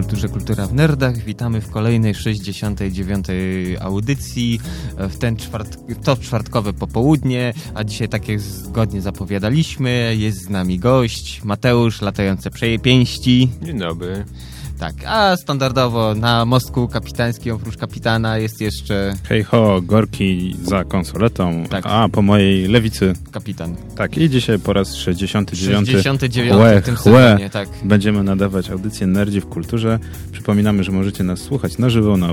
Kulturze Kultura w Nerdach. Witamy w kolejnej 69. audycji w to czwartkowe popołudnie, a dzisiaj, tak jak zgodnie zapowiadaliśmy, jest z nami gość Mateusz, latające pięści. Dzień dobry. Tak, a standardowo na mostku kapitańskim oprócz kapitana jest jeszcze... Hej ho, Gorki za konsoletą, tak. A po mojej lewicy kapitan. Tak, i dzisiaj po raz 69 w tym sezonie, tak. Będziemy nadawać audycję Nerdzi w Kulturze. Przypominamy, że możecie nas słuchać na żywo na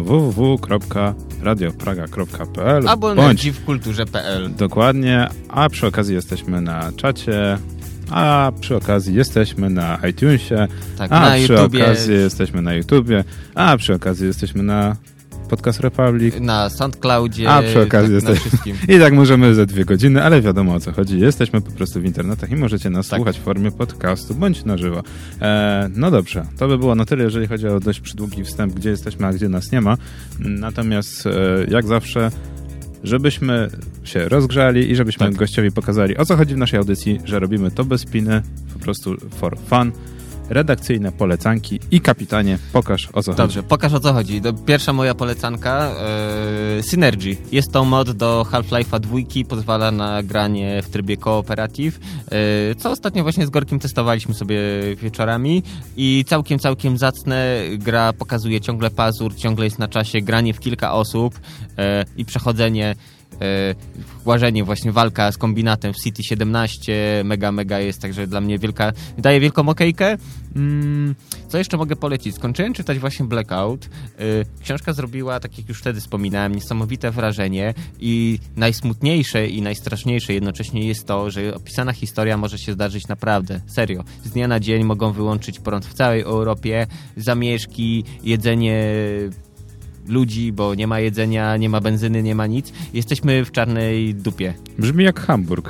www.radiopraga.pl albo nerdziwkulturze.pl. Dokładnie, a przy okazji jesteśmy na czacie, a przy okazji jesteśmy na iTunesie, tak, a na przy YouTubie. okazji jesteśmy na YouTubie, a przy okazji jesteśmy na Podcast Republic, na SoundCloudzie, a przy okazji tak, jesteśmy... na wszystkim. I tak możemy ze 2 godziny, ale wiadomo o co chodzi. Jesteśmy po prostu w internetach i możecie nas słuchać w formie podcastu bądź na żywo. No dobrze, to by było na tyle, jeżeli chodzi o dość przydługi wstęp, gdzie jesteśmy, a gdzie nas nie ma. Natomiast jak zawsze, żebyśmy się rozgrzali i żebyśmy gościowi pokazali, o co chodzi w naszej audycji, że robimy to bez spiny, po prostu for fun. Redakcyjne polecanki i kapitanie, pokaż o co chodzi. Dobrze, pokaż o co chodzi. Pierwsza moja polecanka, Synergy. Jest to mod do Half-Life'a 2, pozwala na granie w trybie cooperative, co ostatnio właśnie z Gorkim testowaliśmy sobie wieczorami i całkiem zacne. Gra pokazuje ciągle pazur, ciągle jest na czasie granie w kilka osób i przechodzenie, łażenie, właśnie walka z kombinatem w City 17 mega jest, także dla mnie daje wielką okejkę. Co jeszcze mogę polecić? Skończyłem czytać właśnie Blackout. Książka zrobiła, tak jak już wtedy wspominałem, niesamowite wrażenie i najsmutniejsze i najstraszniejsze jednocześnie jest to, że opisana historia może się zdarzyć naprawdę, serio. Z dnia na dzień mogą wyłączyć prąd w całej Europie, zamieszki, jedzenie ludzi, bo nie ma jedzenia, nie ma benzyny, nie ma nic. Jesteśmy w czarnej dupie. Brzmi jak Hamburg.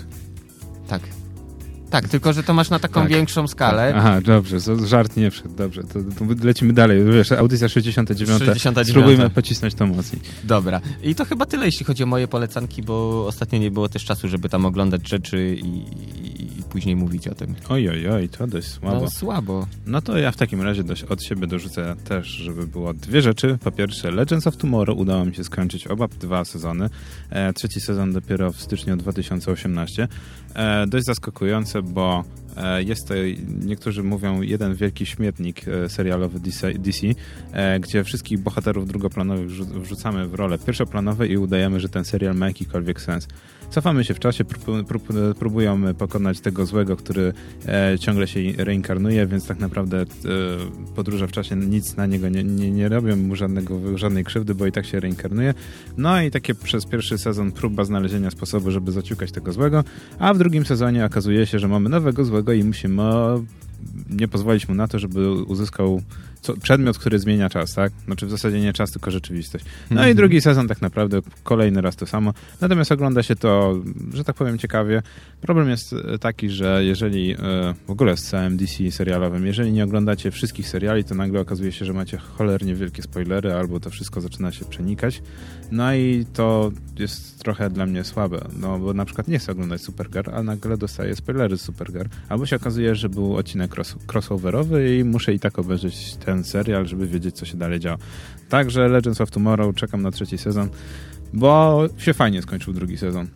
Tak, tylko że to masz na taką większą skalę. Aha, dobrze, żart nie wszedł, dobrze. To lecimy dalej. Wiesz, audycja 69. Spróbujmy pocisnąć to mocniej. Dobra. I to chyba tyle, jeśli chodzi o moje polecanki, bo ostatnio nie było też czasu, żeby tam oglądać rzeczy i później mówić o tym. Oj, to dość słabo. No słabo. No to ja w takim razie od siebie dorzucę też, żeby było 2 rzeczy. Po pierwsze, Legends of Tomorrow udało mi się skończyć 2 sezony. 3. sezon dopiero w styczniu 2018. Dość zaskakujące, bo jest to, niektórzy mówią, jeden wielki śmietnik serialowy DC, gdzie wszystkich bohaterów drugoplanowych wrzucamy w role pierwszoplanowe i udajemy, że ten serial ma jakikolwiek sens. Cofamy się w czasie, próbują pokonać tego złego, który ciągle się reinkarnuje, więc tak naprawdę podróże w czasie nic na niego nie robią mu żadnej krzywdy, bo i tak się reinkarnuje. No i takie przez pierwszy sezon próba znalezienia sposobu, żeby zaciukać tego złego, a w drugim sezonie okazuje się, że mamy nowego złego i musimy nie pozwolić mu na to, żeby uzyskał przedmiot, który zmienia czas, tak? Znaczy w zasadzie nie czas, tylko rzeczywistość. No i drugi sezon tak naprawdę kolejny raz to samo. Natomiast ogląda się to, że tak powiem, ciekawie. Problem jest taki, że jeżeli w ogóle z całym DC serialowym, jeżeli nie oglądacie wszystkich seriali, to nagle okazuje się, że macie cholernie wielkie spoilery, albo to wszystko zaczyna się przenikać. No i to jest trochę dla mnie słabe, no bo na przykład nie chcę oglądać Supergirl, a nagle dostaję spoilery z Supergirl. Albo się okazuje, że był odcinek crossoverowy i muszę i tak obejrzeć ten serial, żeby wiedzieć, co się dalej działo. Także Legends of Tomorrow, czekam na 3. sezon, bo się fajnie skończył 2. sezon.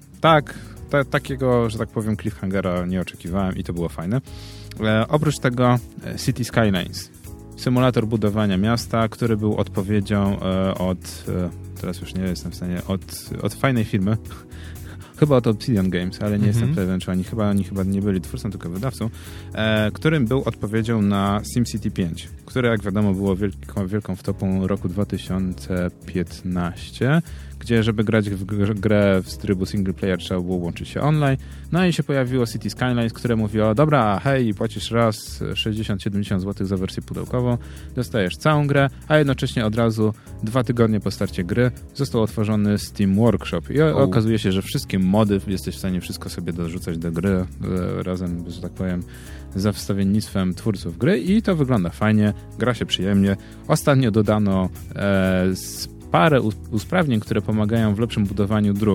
Takiego, że tak powiem, cliffhangera nie oczekiwałem i to było fajne. Oprócz tego City Skylines. Symulator budowania miasta, który był odpowiedzią teraz już nie jestem w stanie, od fajnej firmy, chyba od Obsidian Games, ale nie jestem pewien, czy oni chyba nie byli twórcą, tylko wydawcą, którym był odpowiedzią na SimCity 5, które jak wiadomo było wielką wtopą roku 2015, gdzie żeby grać w grę z trybu single player trzeba było łączyć się online. No i się pojawiło City Skylines, które mówiło, dobra, hej, płacisz raz 60-70 zł za wersję pudełkową, dostajesz całą grę, a jednocześnie od razu 2 tygodnie po starcie gry został otworzony Steam Workshop i okazuje się, że wszystkie mody jesteś w stanie wszystko sobie dorzucać do gry razem, że tak powiem, za wstawiennictwem twórców gry i to wygląda fajnie, gra się przyjemnie. Ostatnio dodano parę usprawnień, które pomagają w lepszym budowaniu dróg.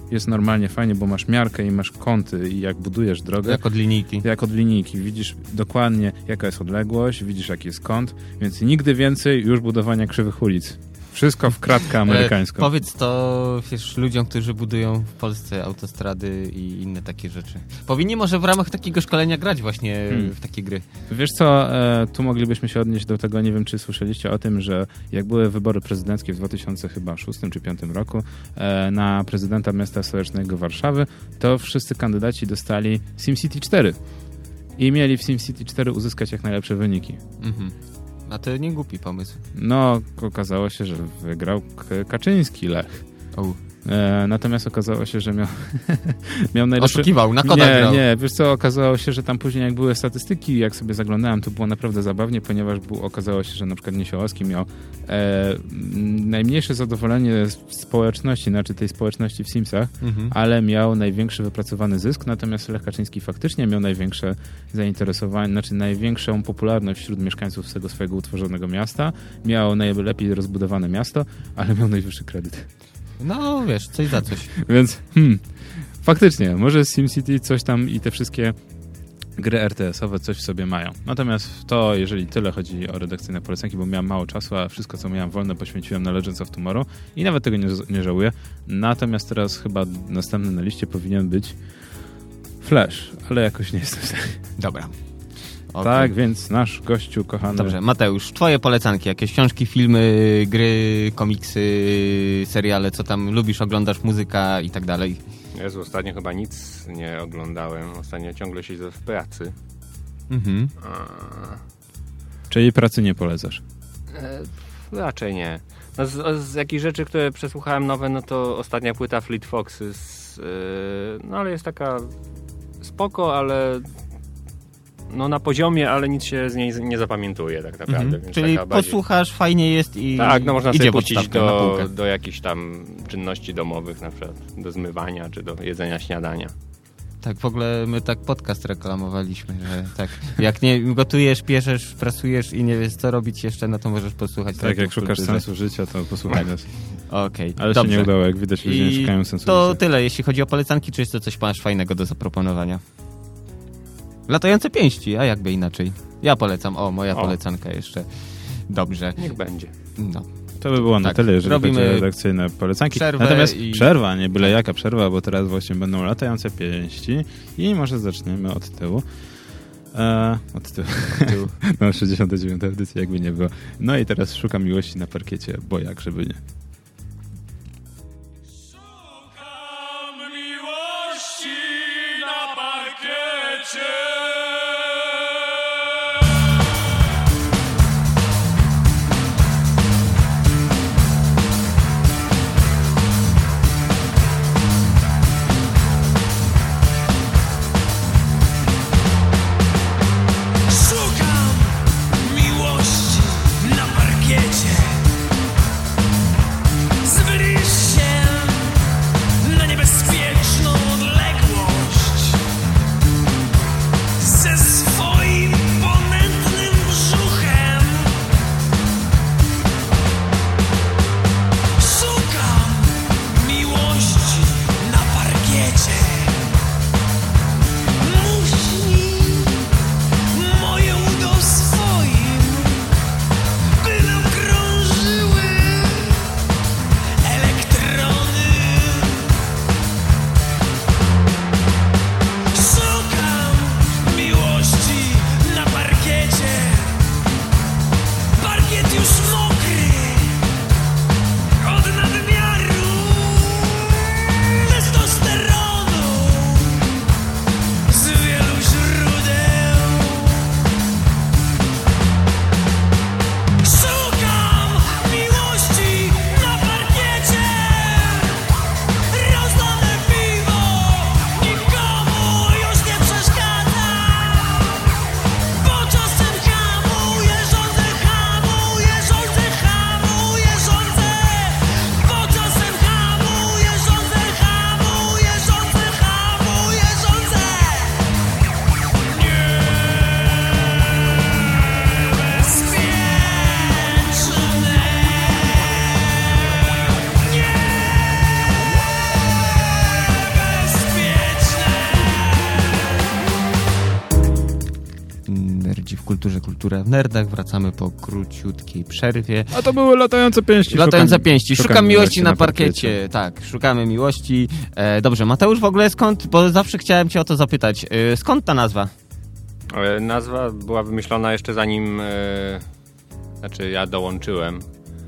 jest normalnie fajnie, bo masz miarkę i masz kąty i jak budujesz drogę... Jak od linijki. Widzisz dokładnie, jaka jest odległość, widzisz, jaki jest kąt, więc nigdy więcej już budowania krzywych ulic. Wszystko w kratkę amerykańską. Powiedz to, wiesz, ludziom, którzy budują w Polsce autostrady i inne takie rzeczy. Powinni może w ramach takiego szkolenia grać właśnie w takie gry. Wiesz co, tu moglibyśmy się odnieść do tego, nie wiem, czy słyszeliście o tym, że jak były wybory prezydenckie w 2006 czy 2005 roku na prezydenta miasta stołecznego Warszawy, to wszyscy kandydaci dostali SimCity 4 i mieli w SimCity 4 uzyskać jak najlepsze wyniki. A to nie głupi pomysł. No, okazało się, że wygrał Kaczyński Lech. Natomiast okazało się, że miał najlepsze... Oszukiwał, na koda grał. Nie, wiesz co, okazało się, że tam później jak były statystyki, jak sobie zaglądałem, to było naprawdę zabawnie, ponieważ okazało się, że na przykład Niesiołowski miał najmniejsze zadowolenie społeczności, znaczy tej społeczności w Simsach, ale miał największy wypracowany zysk, natomiast Lech Kaczyński faktycznie miał największe zainteresowanie, znaczy największą popularność wśród mieszkańców z tego swojego utworzonego miasta, miał najlepiej rozbudowane miasto, ale miał najwyższy kredyt. No wiesz, coś za coś. Więc faktycznie, może SimCity coś tam i te wszystkie gry RTS-owe coś w sobie mają. Natomiast to, jeżeli tyle chodzi o redakcyjne polecanki, bo miałem mało czasu, a wszystko, co miałem wolne, poświęciłem na Legends of Tomorrow i nawet tego nie żałuję. Natomiast teraz chyba następny na liście powinien być Flash, ale jakoś nie jestem w stanie. Dobra. Okay. Tak, więc nasz gościu kochany... Dobrze, Mateusz, twoje polecanki, jakieś książki, filmy, gry, komiksy, seriale, co tam lubisz, oglądasz, muzyka i tak dalej. Jezu, ostatnio chyba nic nie oglądałem. Ostatnio ciągle siedzę w pracy. Czyli pracy nie polecasz? Raczej nie. No z jakichś rzeczy, które przesłuchałem nowe, no to ostatnia płyta Fleet Foxes, no ale jest taka spoko, ale no na poziomie, ale nic się z niej nie zapamiętuje tak naprawdę. Więc czyli taka bardziej... posłuchasz, fajnie jest i tak, no można sobie puścić do jakichś tam czynności domowych, na przykład do zmywania, czy do jedzenia śniadania. Tak, w ogóle my tak podcast reklamowaliśmy, że tak, jak nie gotujesz, pieszesz, prasujesz i nie wiesz co robić jeszcze, no to możesz posłuchać. Tak, jak szukasz sensu życia, to posłuchaj nas. Okej, ale dobrze. Się nie udało, jak widać, ludzie nie szukają sensu to życia. Tyle, jeśli chodzi o polecanki, czy jest to coś masz fajnego do zaproponowania? Latające pięści, a jakby inaczej. Ja polecam, moja polecanka jeszcze. Dobrze. Niech będzie. No. To by było na tyle, jeżeli chodzi o redakcyjne polecanki. Natomiast przerwa, nie byle jaka przerwa, bo teraz właśnie będą latające pięści i może zaczniemy od tyłu. Od tyłu. No, 69. edycja, jakby nie było. No i teraz szukam miłości na parkiecie, bo jak, żeby nie. Szukam miłości na parkiecie. Szukam miłości na parkiecie. Kulturze Kultura w Nerdach. Wracamy po króciutkiej przerwie. A to były latające pięści. Latające pięści. Szukam miłości na parkiecie. Tak, szukamy miłości. Dobrze, Mateusz, w ogóle skąd, bo zawsze chciałem cię o to zapytać, skąd ta nazwa? Nazwa była wymyślona jeszcze zanim ja dołączyłem.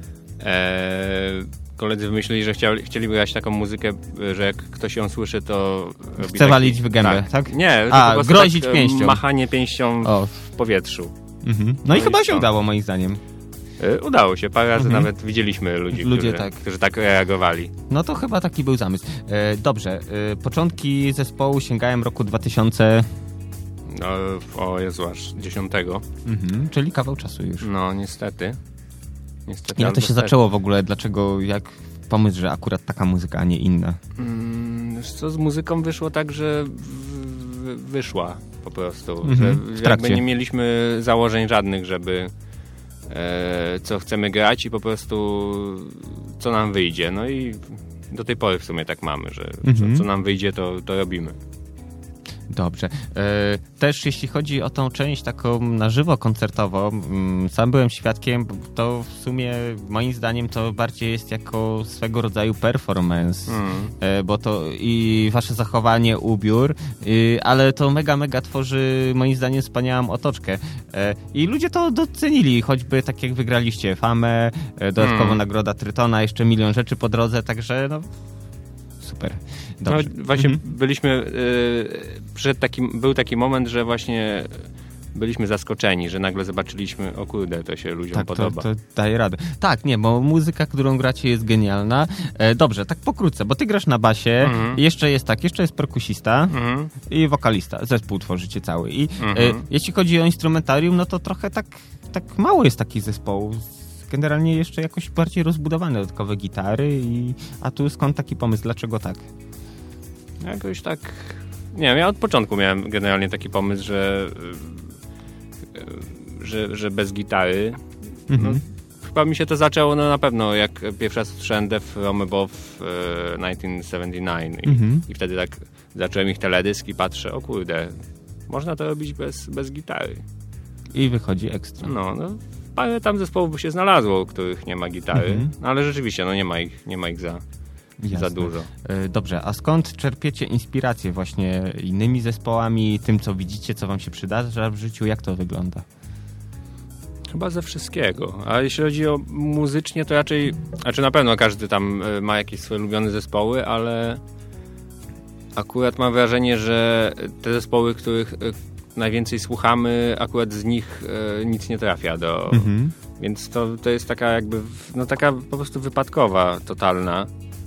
Koledzy wymyślili, że chcieliby grać taką muzykę, że jak ktoś ją słyszy, to chce walić w gębę, tak? Nie, po grozić tak, pięścią. Machanie pięścią w powietrzu. Mhm. No i chyba się udało, moim zdaniem. Udało się, parę razy nawet widzieliśmy ludzi, którzy tak reagowali. No to chyba taki był zamysł. Dobrze, początki zespołu sięgają roku 2000... No, o Jezu, aż 10. Czyli kawał czasu już. No, niestety. Jak to się zaczęło w ogóle? Dlaczego, jak pomysł, że akurat taka muzyka, a nie inna? Wiesz co, z muzyką wyszło tak, że wyszła po prostu. Że jakby nie mieliśmy założeń żadnych, żeby co chcemy grać i po prostu co nam wyjdzie. No i do tej pory w sumie tak mamy, że co nam wyjdzie, to robimy. Dobrze. Też jeśli chodzi o tą część taką na żywo koncertową, sam byłem świadkiem, to w sumie moim zdaniem to bardziej jest jako swego rodzaju performance, bo to i wasze zachowanie, ubiór, ale to mega tworzy moim zdaniem wspaniałą otoczkę. I ludzie to docenili, choćby tak jak wygraliście Famę, dodatkowo nagroda Trytona, jeszcze milion rzeczy po drodze, także no super. Dobrze. No, właśnie byliśmy, był taki moment, że właśnie byliśmy zaskoczeni, że nagle zobaczyliśmy, o kurde, to się ludziom podoba. To daje radę. Tak, nie, bo muzyka, którą gracie, jest genialna. Dobrze, tak pokrótce, bo ty grasz na basie, jeszcze jest perkusista i wokalista. Zespół tworzycie cały. I jeśli chodzi o instrumentarium, no to trochę tak mało jest takich zespołów. Generalnie jeszcze jakoś bardziej rozbudowane dodatkowe gitary, a tu skąd taki pomysł? Dlaczego tak? Jakoś tak... Nie wiem, ja od początku miałem generalnie taki pomysł, że bez gitary. No, chyba mi się to zaczęło na pewno, jak pierwszy raz słyszałem Death From Above 1979 i wtedy tak zacząłem ich teledysk i patrzę, o kurde, można to robić bez gitary. I wychodzi ekstra. No, parę tam zespołów by się znalazło, których nie ma gitary, ale rzeczywiście nie ma ich za dużo. Dobrze, a skąd czerpiecie inspirację właśnie innymi zespołami, tym co widzicie, co wam się przydarza w życiu, jak to wygląda? Chyba ze wszystkiego. A jeśli chodzi o muzycznie, to raczej, na pewno każdy tam ma jakieś swoje ulubione zespoły, ale akurat mam wrażenie, że te zespoły, których najwięcej słuchamy, akurat z nich nic nie trafia do... Więc to jest taka jakby, taka po prostu wypadkowa totalna.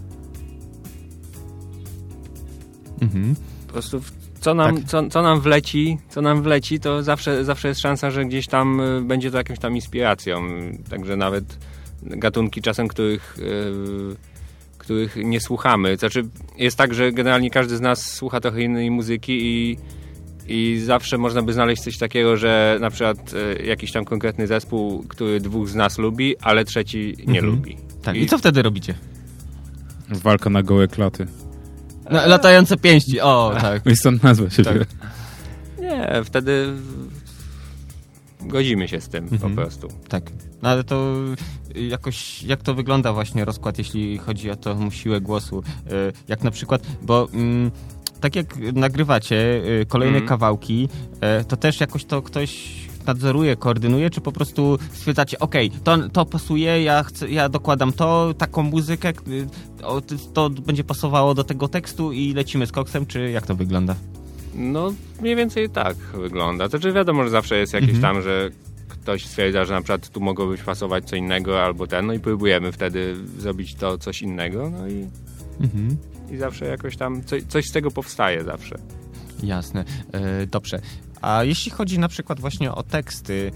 Po prostu co nam wleci, to zawsze jest szansa, że gdzieś tam będzie to jakąś tam inspiracją. Także nawet gatunki czasem, których nie słuchamy. Znaczy jest tak, że generalnie każdy z nas słucha trochę innej muzyki i zawsze można by znaleźć coś takiego, że na przykład jakiś tam konkretny zespół, który dwóch z nas lubi, ale trzeci nie lubi. Tak. I co wtedy robicie? Walka na gołe klaty. No, latające pięści, tak. I stąd nazwa się tak. Nie, wtedy godzimy się z tym po prostu. Tak, no ale to jakoś, jak to wygląda właśnie rozkład, jeśli chodzi o tą siłę głosu? Jak na przykład, bo tak jak nagrywacie kolejne kawałki, to też jakoś to ktoś nadzoruje, koordynuje, czy po prostu stwierdzacie, okej, to pasuje, ja dokładam taką muzykę, to będzie pasowało do tego tekstu i lecimy z koksem, czy jak to wygląda? No, mniej więcej tak wygląda. To znaczy wiadomo, że zawsze jest jakieś tam, że ktoś stwierdza, że na przykład tu mogłoby pasować co innego albo no i próbujemy wtedy zrobić to coś innego, no i zawsze jakoś tam coś z tego powstaje zawsze. Jasne. Dobrze. A jeśli chodzi na przykład właśnie o teksty,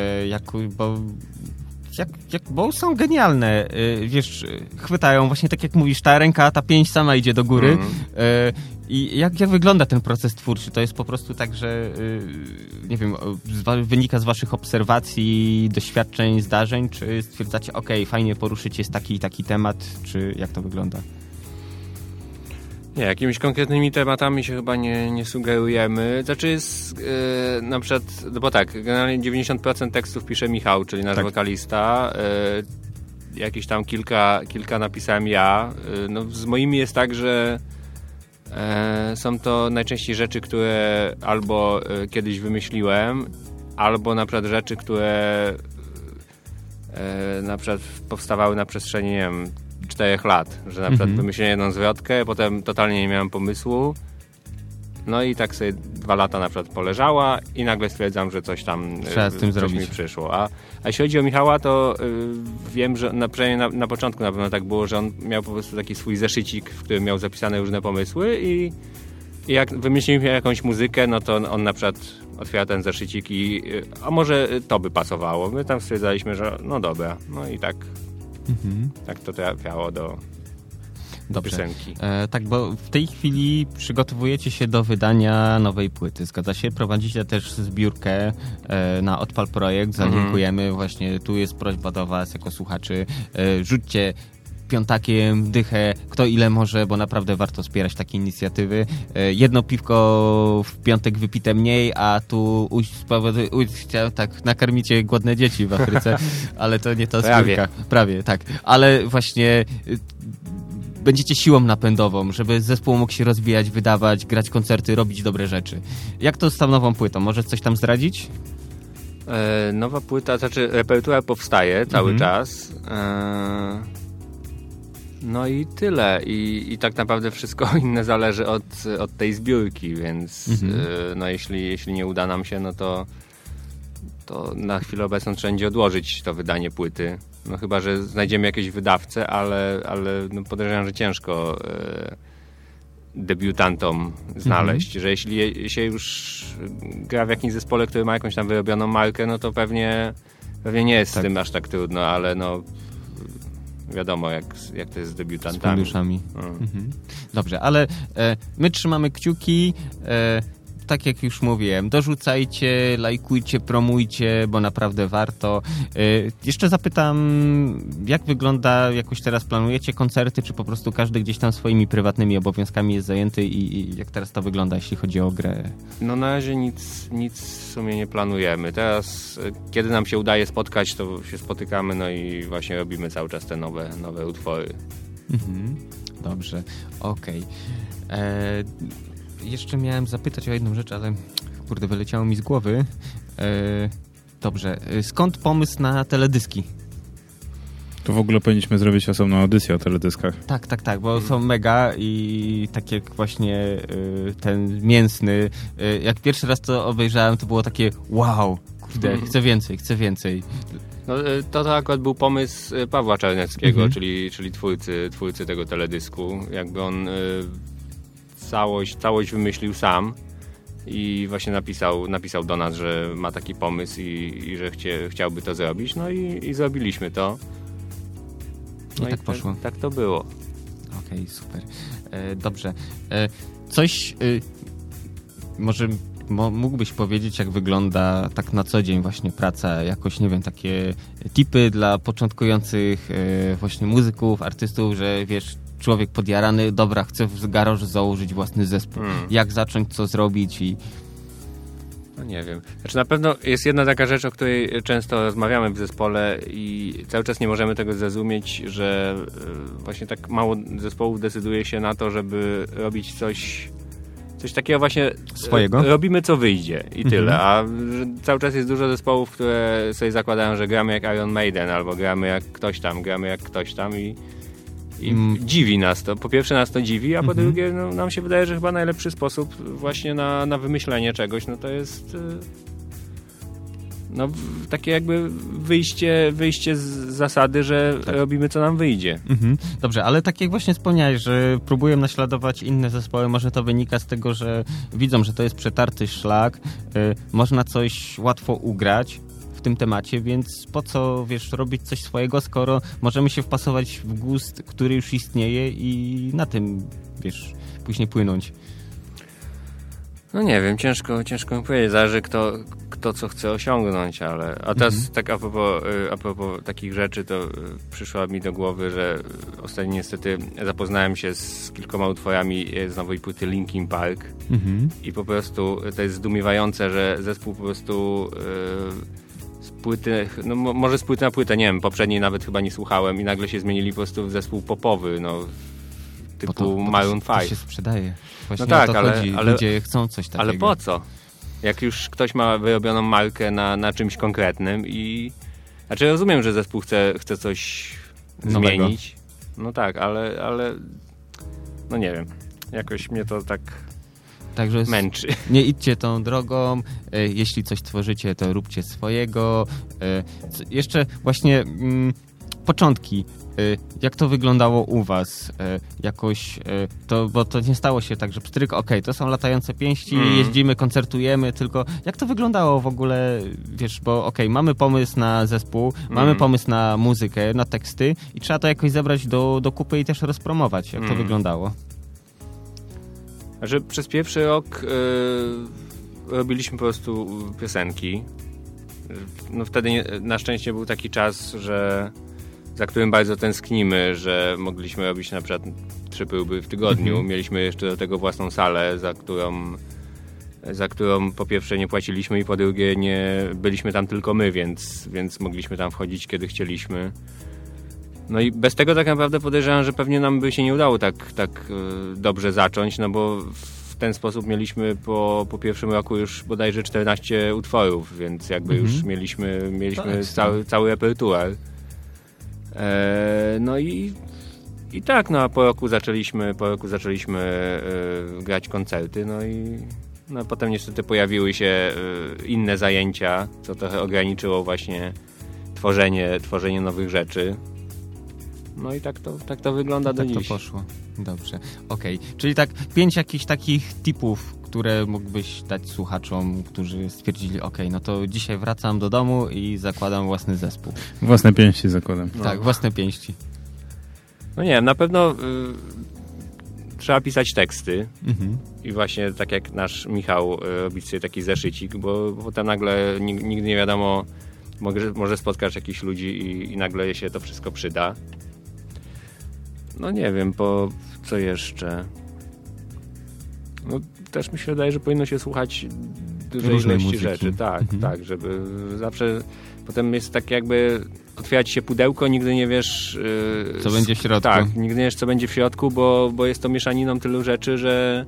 bo są genialne, wiesz, chwytają właśnie tak jak mówisz, ta ręka, ta pięść sama idzie do góry. I jak wygląda ten proces twórczy? To jest po prostu tak, że nie wiem, wynika z waszych obserwacji, doświadczeń, zdarzeń, czy stwierdzacie, okej, fajnie poruszyć jest taki i taki temat, czy jak to wygląda? Nie, jakimiś konkretnymi tematami się chyba nie sugerujemy. Znaczy jest na przykład, no bo tak, generalnie 90% tekstów pisze Michał, czyli nasz wokalista. Jakieś tam kilka napisałem ja. No, z moimi jest tak, że są to najczęściej rzeczy, które albo kiedyś wymyśliłem, albo na przykład rzeczy, które na przykład powstawały na przestrzeni, nie wiem, 4 lat, że na przykład wymyśliłem jedną zwrotkę, potem totalnie nie miałem pomysłu, no i tak sobie 2 lata na przykład poleżała i nagle stwierdzam, że coś tam trzeba z tym zrobić. Mi przyszło. A jeśli chodzi o Michała, to wiem, że przynajmniej na początku na pewno tak było, że on miał po prostu taki swój zeszycik, w którym miał zapisane różne pomysły i jak wymyśliliśmy jakąś muzykę, no to on na przykład otwiera ten zeszycik a może to by pasowało. My tam stwierdzaliśmy, że no dobra, no i tak to trafiało do piosenki. Tak, bo w tej chwili przygotowujecie się do wydania nowej płyty, zgadza się? Prowadzicie też zbiórkę na Odpal Projekt, zalinkujemy, właśnie tu jest prośba do was jako słuchaczy, rzućcie piątakiem dychę, kto ile może, bo naprawdę warto wspierać takie inicjatywy. Jedno piwko w piątek wypite mniej, a tu tak nakarmicie głodne dzieci w Afryce, ale to nie ta zbiórka. Prawie, tak. Ale właśnie będziecie siłą napędową, żeby zespół mógł się rozwijać, wydawać, grać koncerty, robić dobre rzeczy. Jak to z tą nową płytą? Możesz coś tam zdradzić? Nowa płyta, znaczy repertuar powstaje cały czas. No i tyle. I tak naprawdę wszystko inne zależy od tej zbiórki, więc no jeśli nie uda nam się, no to na chwilę obecną trzeba będzie odłożyć to wydanie płyty. No chyba, że znajdziemy jakieś wydawcę, ale no podejrzewam, że ciężko debiutantom znaleźć, że jeśli się już gra w jakimś zespole, który ma jakąś tam wyrobioną markę, no to pewnie nie jest z tym aż tak trudno, ale no wiadomo, jak to jest z debiutantami. Z funduszami. Dobrze, ale my trzymamy kciuki. Tak jak już mówiłem, dorzucajcie, lajkujcie, promujcie, bo naprawdę warto. Jeszcze zapytam, jak wygląda, jakoś teraz planujecie koncerty, czy po prostu każdy gdzieś tam swoimi prywatnymi obowiązkami jest zajęty i jak teraz to wygląda, jeśli chodzi o grę? No na razie nic w sumie nie planujemy. Teraz, kiedy nam się udaje spotkać, to się spotykamy, no i właśnie robimy cały czas te nowe utwory. Dobrze, okej. Jeszcze miałem zapytać o jedną rzecz, ale kurde, wyleciało mi z głowy. Dobrze, skąd pomysł na teledyski? To w ogóle powinniśmy zrobić osobną audycję o teledyskach. Tak, bo są mega i tak jak właśnie ten mięsny, jak pierwszy raz to obejrzałem, to było takie wow, kurde, chcę więcej. No, to akurat był pomysł Pawła Czarneckiego, czyli twórcy tego teledysku. Jakby on całość wymyślił sam i właśnie napisał do nas, że ma taki pomysł i że chciałby to zrobić. No i zrobiliśmy to. No i tak poszło. Tak to było. Okej, super. Dobrze. Coś może mógłbyś powiedzieć, jak wygląda tak na co dzień właśnie praca, jakoś, nie wiem, takie tipy dla początkujących właśnie muzyków, artystów, że wiesz, człowiek podjarany, dobra, chce w garażu założyć własny zespół. Jak zacząć, co zrobić i... No nie wiem. Znaczy na pewno jest jedna taka rzecz, o której często rozmawiamy w zespole i cały czas nie możemy tego zrozumieć, że właśnie tak mało zespołów decyduje się na to, żeby robić coś takiego właśnie swojego. Robimy co wyjdzie i tyle. A cały czas jest dużo zespołów, które sobie zakładają, że gramy jak Iron Maiden albo gramy jak ktoś tam i dziwi nas to. Po pierwsze nas to dziwi, a po drugie no, nam się wydaje, że chyba najlepszy sposób właśnie na wymyślenie czegoś, no to jest no takie jakby wyjście z zasady, że robimy co nam wyjdzie. Dobrze, ale tak jak właśnie wspomniałeś, że próbuję naśladować inne zespoły, może to wynika z tego, że widzą, że to jest przetarty szlak, można coś łatwo ugrać w tym temacie, więc po co, wiesz, robić coś swojego, skoro możemy się wpasować w gust, który już istnieje i na tym, wiesz, później płynąć. No nie wiem, ciężko mi powiedzieć, zależy kto co chce osiągnąć, ale... A teraz tak a propos takich rzeczy, to przyszło mi do głowy, że ostatnio niestety zapoznałem się z kilkoma utworami z nowej płyty Linkin Park i po prostu to jest zdumiewające, że zespół po prostu z płyty, no może z płyty na płytę, nie wiem, poprzedniej nawet chyba nie słuchałem i nagle się zmienili po prostu w zespół popowy, no typu Maroon 5. To się sprzedaje. Właśnie no tak, o to chodzi. Ludzie chcą coś takiego. Ale po co? Jak już ktoś ma wyrobioną markę na czymś konkretnym i... Znaczy rozumiem, że zespół chce coś nowego zmienić. No tak, ale no nie wiem. Jakoś mnie to tak Także męczy. Nie idźcie tą drogą. Jeśli coś tworzycie, to róbcie swojego. Jeszcze właśnie początki. Jak to wyglądało u was? Jakoś, bo to nie stało się tak, że pstryk, to są latające pięści, jeździmy, koncertujemy, tylko jak to wyglądało w ogóle, wiesz, bo mamy pomysł na zespół, mamy pomysł na muzykę, na teksty i trzeba to jakoś zebrać do kupy i też rozpromować. Jak to wyglądało? Że przez pierwszy rok robiliśmy po prostu piosenki. No wtedy na szczęście był taki czas, za którym bardzo tęsknimy, że mogliśmy robić na przykład 3 próby w tygodniu. Mieliśmy jeszcze do tego własną salę, za którą po pierwsze nie płaciliśmy i po drugie nie byliśmy tam tylko my, więc mogliśmy tam wchodzić kiedy chcieliśmy. No i bez tego tak naprawdę podejrzewam, że pewnie nam by się nie udało tak dobrze zacząć, no bo w ten sposób mieliśmy po pierwszym roku już bodajże 14 utworów, więc jakby już mieliśmy cały repertuar. No i tak, no a po roku zaczęliśmy grać koncerty, no i potem niestety pojawiły się inne zajęcia, co trochę ograniczyło właśnie tworzenie nowych rzeczy. No i tak to wygląda do dziś. Tak to poszło. Dobrze. Okej. Czyli tak 5 jakichś takich tipów, które mógłbyś dać słuchaczom, którzy stwierdzili, no to dzisiaj wracam do domu i zakładam własny zespół. Własne pięści zakładam. No. Tak, własne pięści. No nie wiem, na pewno trzeba pisać teksty i właśnie tak jak nasz Michał robić sobie taki zeszycik, bo potem nagle nigdy nie wiadomo, może spotkasz jakichś ludzi i nagle się to wszystko przyda. No nie wiem, co jeszcze? No też mi się wydaje, że powinno się słuchać dużej ilości rzeczy. Tak, żeby zawsze potem jest tak jakby otwierać się pudełko, nigdy nie wiesz co będzie w środku. Tak, nigdy nie wiesz co będzie w środku, bo jest to mieszaniną tylu rzeczy, że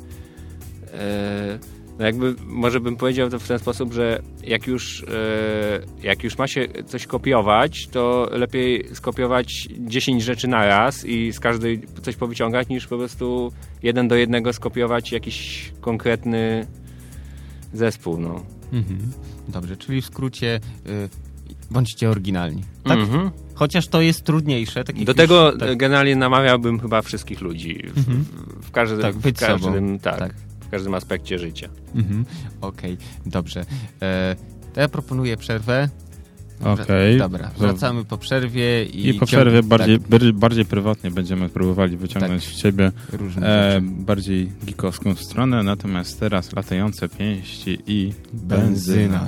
no jakby może bym powiedział to w ten sposób, że jak już ma się coś kopiować, to lepiej skopiować 10 rzeczy na raz i z każdej coś powyciągać, niż po prostu 1 do 1 skopiować jakiś konkretny zespół. No. Dobrze, czyli w skrócie bądźcie oryginalni. Tak? Chociaż to jest trudniejsze. Do tego generalnie namawiałbym chyba wszystkich ludzi w każdym aspekcie życia. Okej, dobrze. To ja proponuję przerwę. Okej. Dobra, wracamy po przerwie. I po przerwie bardziej prywatnie będziemy próbowali wyciągnąć w ciebie bardziej geekowską stronę, natomiast teraz latające pięści i benzyna.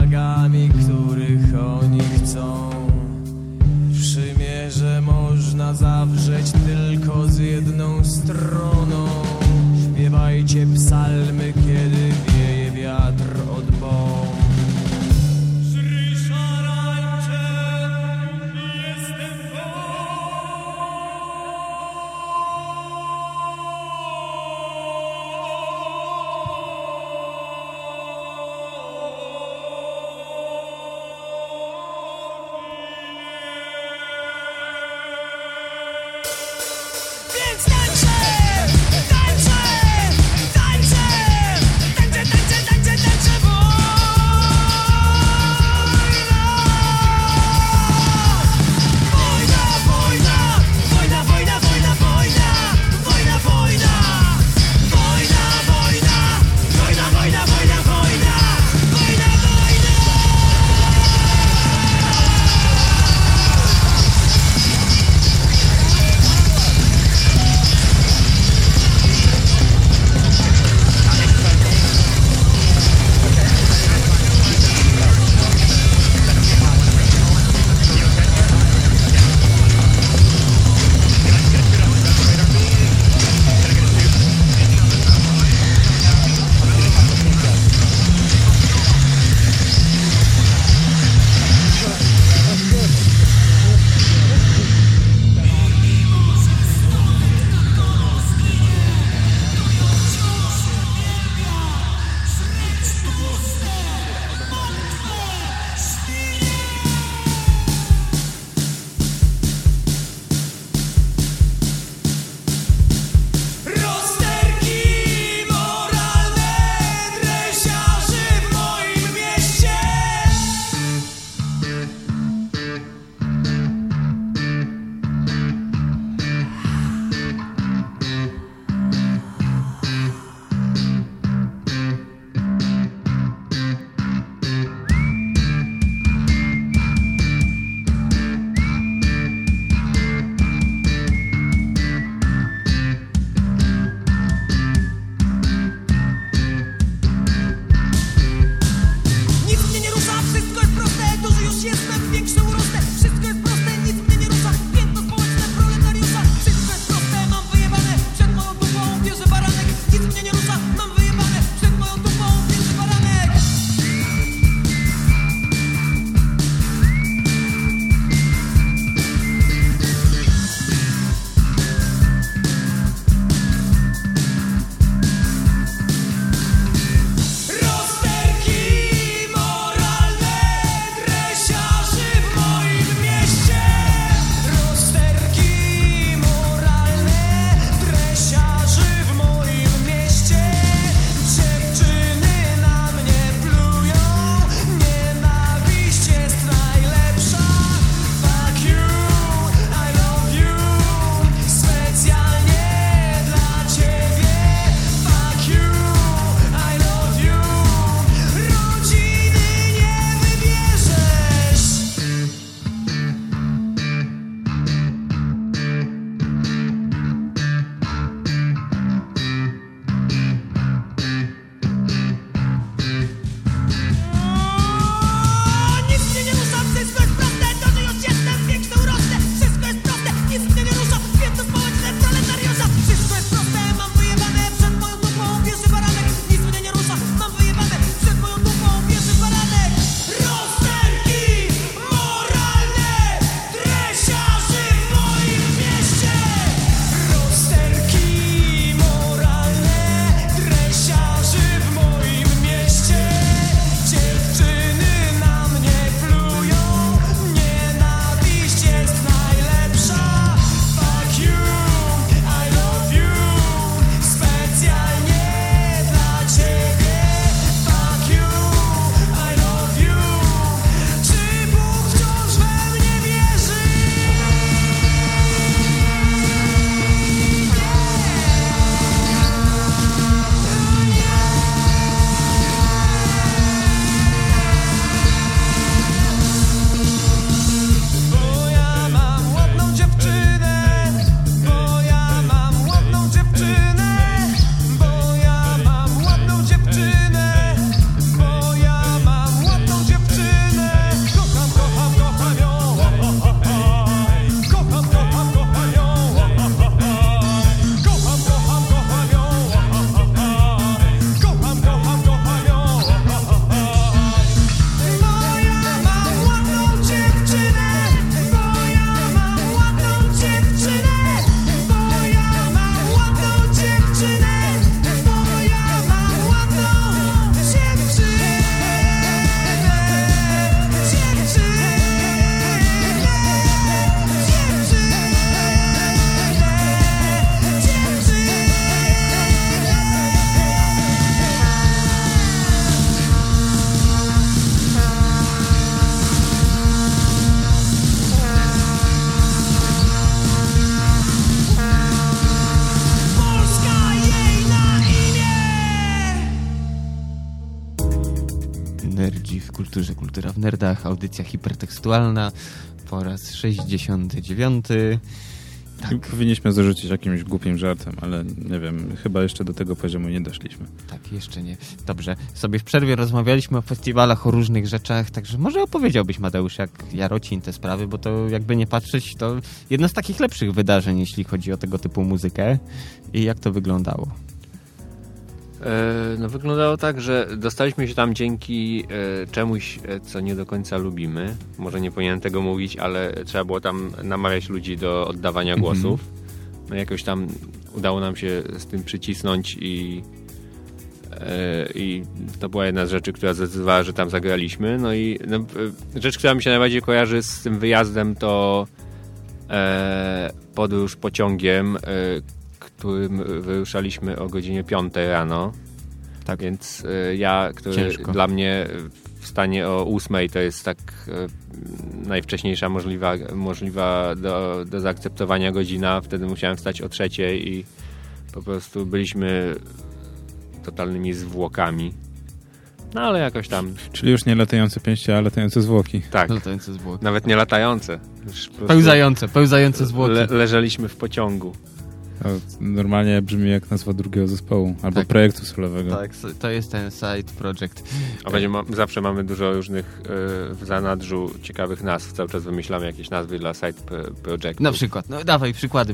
flagami, których oni chcą. Przymierze można zawrzeć tylko z jedną stroną. Śpiewajcie psalmy, kiedy wieje wiatr od bomb. Żyj szarańcze, jestem Kulturze Kultura w Nerdach, audycja hipertekstualna po raz 69. Tak. I powinniśmy zarzucić jakimś głupim żartem, ale nie wiem, chyba jeszcze do tego poziomu nie doszliśmy. Tak, jeszcze nie. Dobrze, sobie w przerwie rozmawialiśmy o festiwalach, o różnych rzeczach, także może opowiedziałbyś, Mateusz, jak Jarocin te sprawy, bo to jakby nie patrzeć, to jedno z takich lepszych wydarzeń, jeśli chodzi o tego typu muzykę. I jak to wyglądało? No wyglądało tak, że dostaliśmy się tam dzięki czemuś, co nie do końca lubimy. Może nie powinienem tego mówić, ale trzeba było tam namawiać ludzi do oddawania głosów. No jakoś tam udało nam się z tym przycisnąć i to była jedna z rzeczy, która zdecydowała, że tam zagraliśmy. No i rzecz, która mi się najbardziej kojarzy z tym wyjazdem, to podróż pociągiem, którym wyruszaliśmy o godzinie 5 rano. Tak. Więc który ciężko. Dla mnie wstanie o 8 to jest tak najwcześniejsza możliwa do zaakceptowania godzina. Wtedy musiałem wstać o 3 i po prostu byliśmy totalnymi zwłokami. No ale jakoś tam... Czyli już nie latające pięści, a latające zwłoki. Tak. Latające zwłoki. Nawet nie latające. Pełzające zwłoki. Leżeliśmy w pociągu. To normalnie brzmi jak nazwa drugiego zespołu albo projektu solowego. Tak, to jest ten side project. A zawsze mamy dużo różnych w zanadrzu ciekawych nazw. Cały czas wymyślamy jakieś nazwy dla side projectu. Na przykład. No dawaj, przykłady.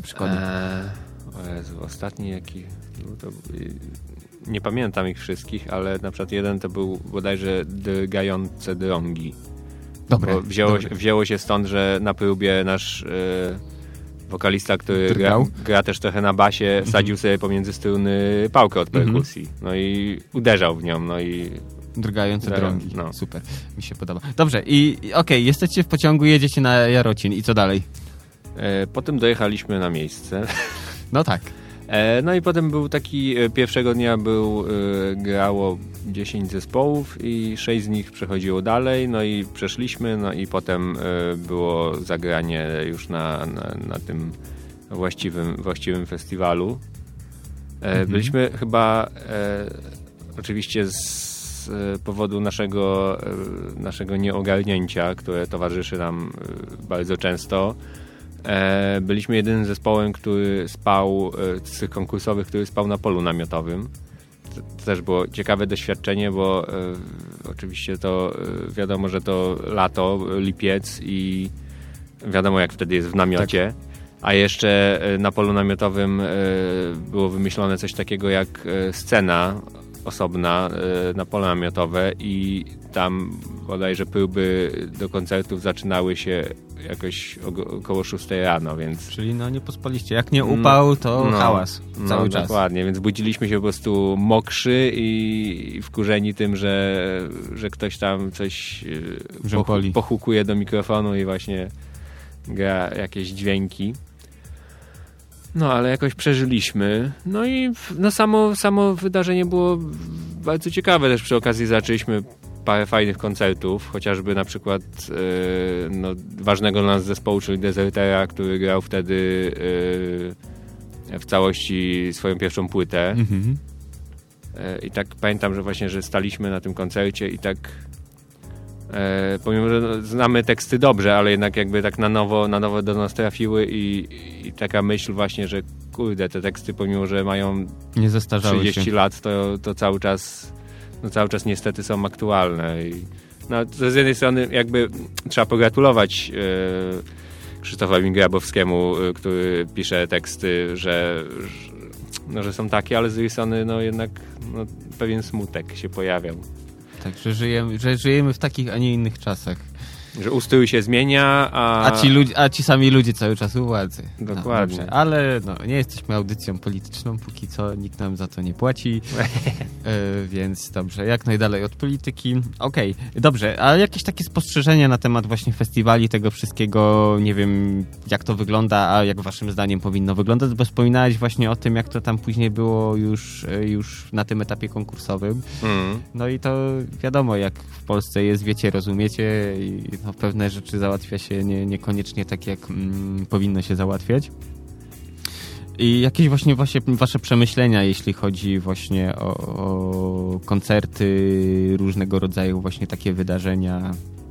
O Jezu, ostatni jaki... No to, nie pamiętam ich wszystkich, ale na przykład jeden to był bodajże Drgające drągi. Dobre. Wzięło się stąd, że na próbie nasz... wokalista, który gra też trochę na basie, sadził sobie pomiędzy struny pałkę od perkusji. No i uderzał w nią, no i... Drgające drągi. No. Super, mi się podoba. Dobrze, i okej, jesteście w pociągu, jedziecie na Jarocin i co dalej? Potem dojechaliśmy na miejsce. No tak. No i potem był taki, pierwszego dnia grało 10 zespołów i 6 z nich przechodziło dalej, no i przeszliśmy, no i potem było zagranie już na tym właściwym festiwalu. Byliśmy chyba oczywiście z powodu naszego nieogarnięcia, które towarzyszy nam bardzo często, byliśmy jedynym zespołem, który spał z tych konkursowych, który spał na polu namiotowym. To też było ciekawe doświadczenie, bo oczywiście to wiadomo, że to lato, lipiec i wiadomo jak wtedy jest w namiocie. Tak. A jeszcze na polu namiotowym było wymyślone coś takiego jak scena osobna na pole namiotowe i tam bodajże próby do koncertów zaczynały się jakoś około 6 rano, więc... Czyli no nie pospaliście. Jak nie upał, to hałas cały czas. Dokładnie, więc budziliśmy się po prostu mokrzy i wkurzeni tym, że ktoś tam coś pohukuje do mikrofonu i właśnie gra jakieś dźwięki. No, ale jakoś przeżyliśmy. No i samo wydarzenie było bardzo ciekawe. Też przy okazji zaczęliśmy parę fajnych koncertów, chociażby na przykład ważnego dla nas zespołu, czyli Desertera, który grał wtedy w całości swoją pierwszą płytę. I tak pamiętam, że właśnie, że staliśmy na tym koncercie i tak pomimo, że znamy teksty dobrze, ale jednak jakby tak na nowo do nas trafiły i taka myśl właśnie, że kurde, te teksty pomimo, że mają nie zestarzały 30 się. lat, to cały czas niestety są aktualne. To z jednej strony jakby trzeba pogratulować Krzysztofowi Grabowskiemu, który pisze teksty, że są takie, ale z drugiej strony jednak pewien smutek się pojawiał. Tak, że żyjemy w takich, a nie innych czasach. Że ustrój się zmienia, a ci sami ludzie cały czas u władzy. Dokładnie. Dobrze, ale nie jesteśmy audycją polityczną, póki co nikt nam za to nie płaci. Więc dobrze, jak najdalej od polityki. Okej, dobrze, a jakieś takie spostrzeżenia na temat właśnie festiwali, tego wszystkiego, nie wiem jak to wygląda, a jak waszym zdaniem powinno wyglądać, bo wspominałeś właśnie o tym, jak to tam później było już na tym etapie konkursowym. No i to wiadomo, jak w Polsce jest, wiecie, rozumiecie i pewne rzeczy załatwia się niekoniecznie tak, jak powinno się załatwiać. I jakieś właśnie wasze przemyślenia, jeśli chodzi właśnie o koncerty, różnego rodzaju właśnie takie wydarzenia.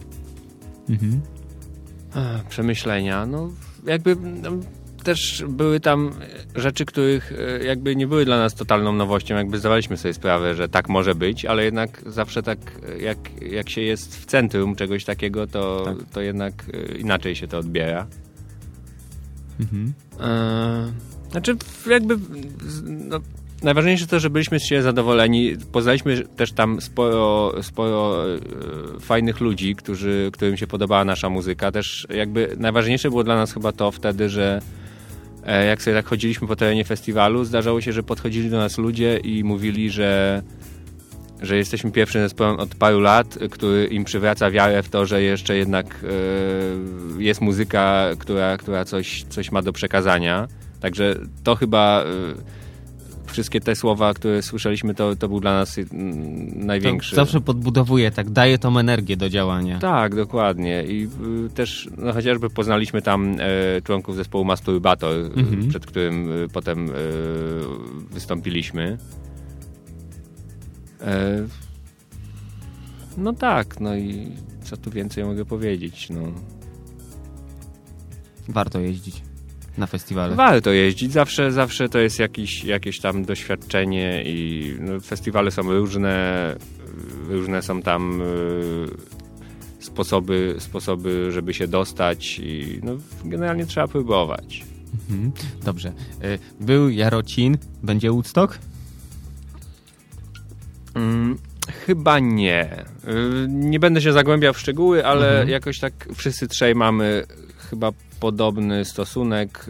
Przemyślenia, no jakby też były tam rzeczy, których jakby nie były dla nas totalną nowością, jakby zdawaliśmy sobie sprawę, że tak może być, ale jednak zawsze tak jak się jest w centrum czegoś takiego, to jednak inaczej się to odbiera. Znaczy jakby najważniejsze to, że byliśmy z siebie zadowoleni. Poznaliśmy też tam sporo fajnych ludzi, którym się podobała nasza muzyka. Też jakby najważniejsze było dla nas chyba to wtedy, że jak sobie tak chodziliśmy po terenie festiwalu, zdarzało się, że podchodzili do nas ludzie i mówili, że jesteśmy pierwszym zespołem od paru lat, który im przywraca wiarę w to, że jeszcze jednak jest muzyka, która coś ma do przekazania. Także to chyba wszystkie te słowa, które słyszeliśmy, to był dla nas największy. To zawsze podbudowuje, tak, daje tą energię do działania. Tak, dokładnie. I też chociażby poznaliśmy tam członków zespołu Masturbator, przed którym potem wystąpiliśmy. No tak, no i co tu więcej mogę powiedzieć, no. Warto jeździć na festiwale. Warto jeździć, zawsze to jest jakieś tam doświadczenie i no, festiwale są różne są tam sposoby, żeby się dostać i no, generalnie trzeba próbować. Dobrze. Był Jarocin, będzie Woodstock? Chyba nie. Nie będę się zagłębiał w szczegóły, ale jakoś tak wszyscy trzej mamy chyba podobny stosunek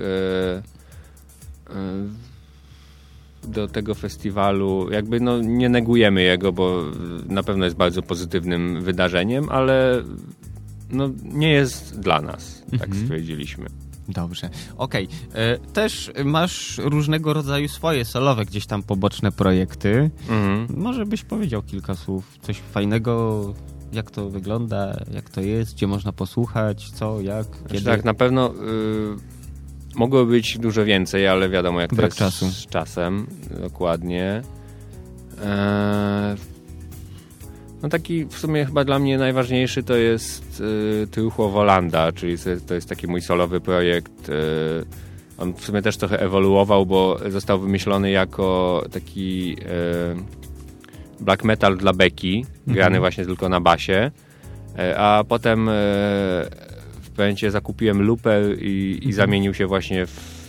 do tego festiwalu. Jakby no, nie negujemy jego, bo na pewno jest bardzo pozytywnym wydarzeniem, ale no, nie jest dla nas, tak stwierdziliśmy. Dobrze, okej. Też masz różnego rodzaju swoje solowe gdzieś tam poboczne projekty. Może byś powiedział kilka słów, coś fajnego, jak to wygląda, jak to jest, gdzie można posłuchać, co, jak, kiedy? Tak, na pewno mogło być dużo więcej, ale wiadomo jak Brak to jest czasu. z czasem. Dokładnie. No taki w sumie chyba dla mnie najważniejszy to jest Truchło Wolanda, czyli to jest taki mój solowy projekt. On w sumie też trochę ewoluował, bo został wymyślony jako taki black metal dla beki, grany właśnie tylko na basie, a potem w pewnym momencie zakupiłem looper i zamienił się właśnie w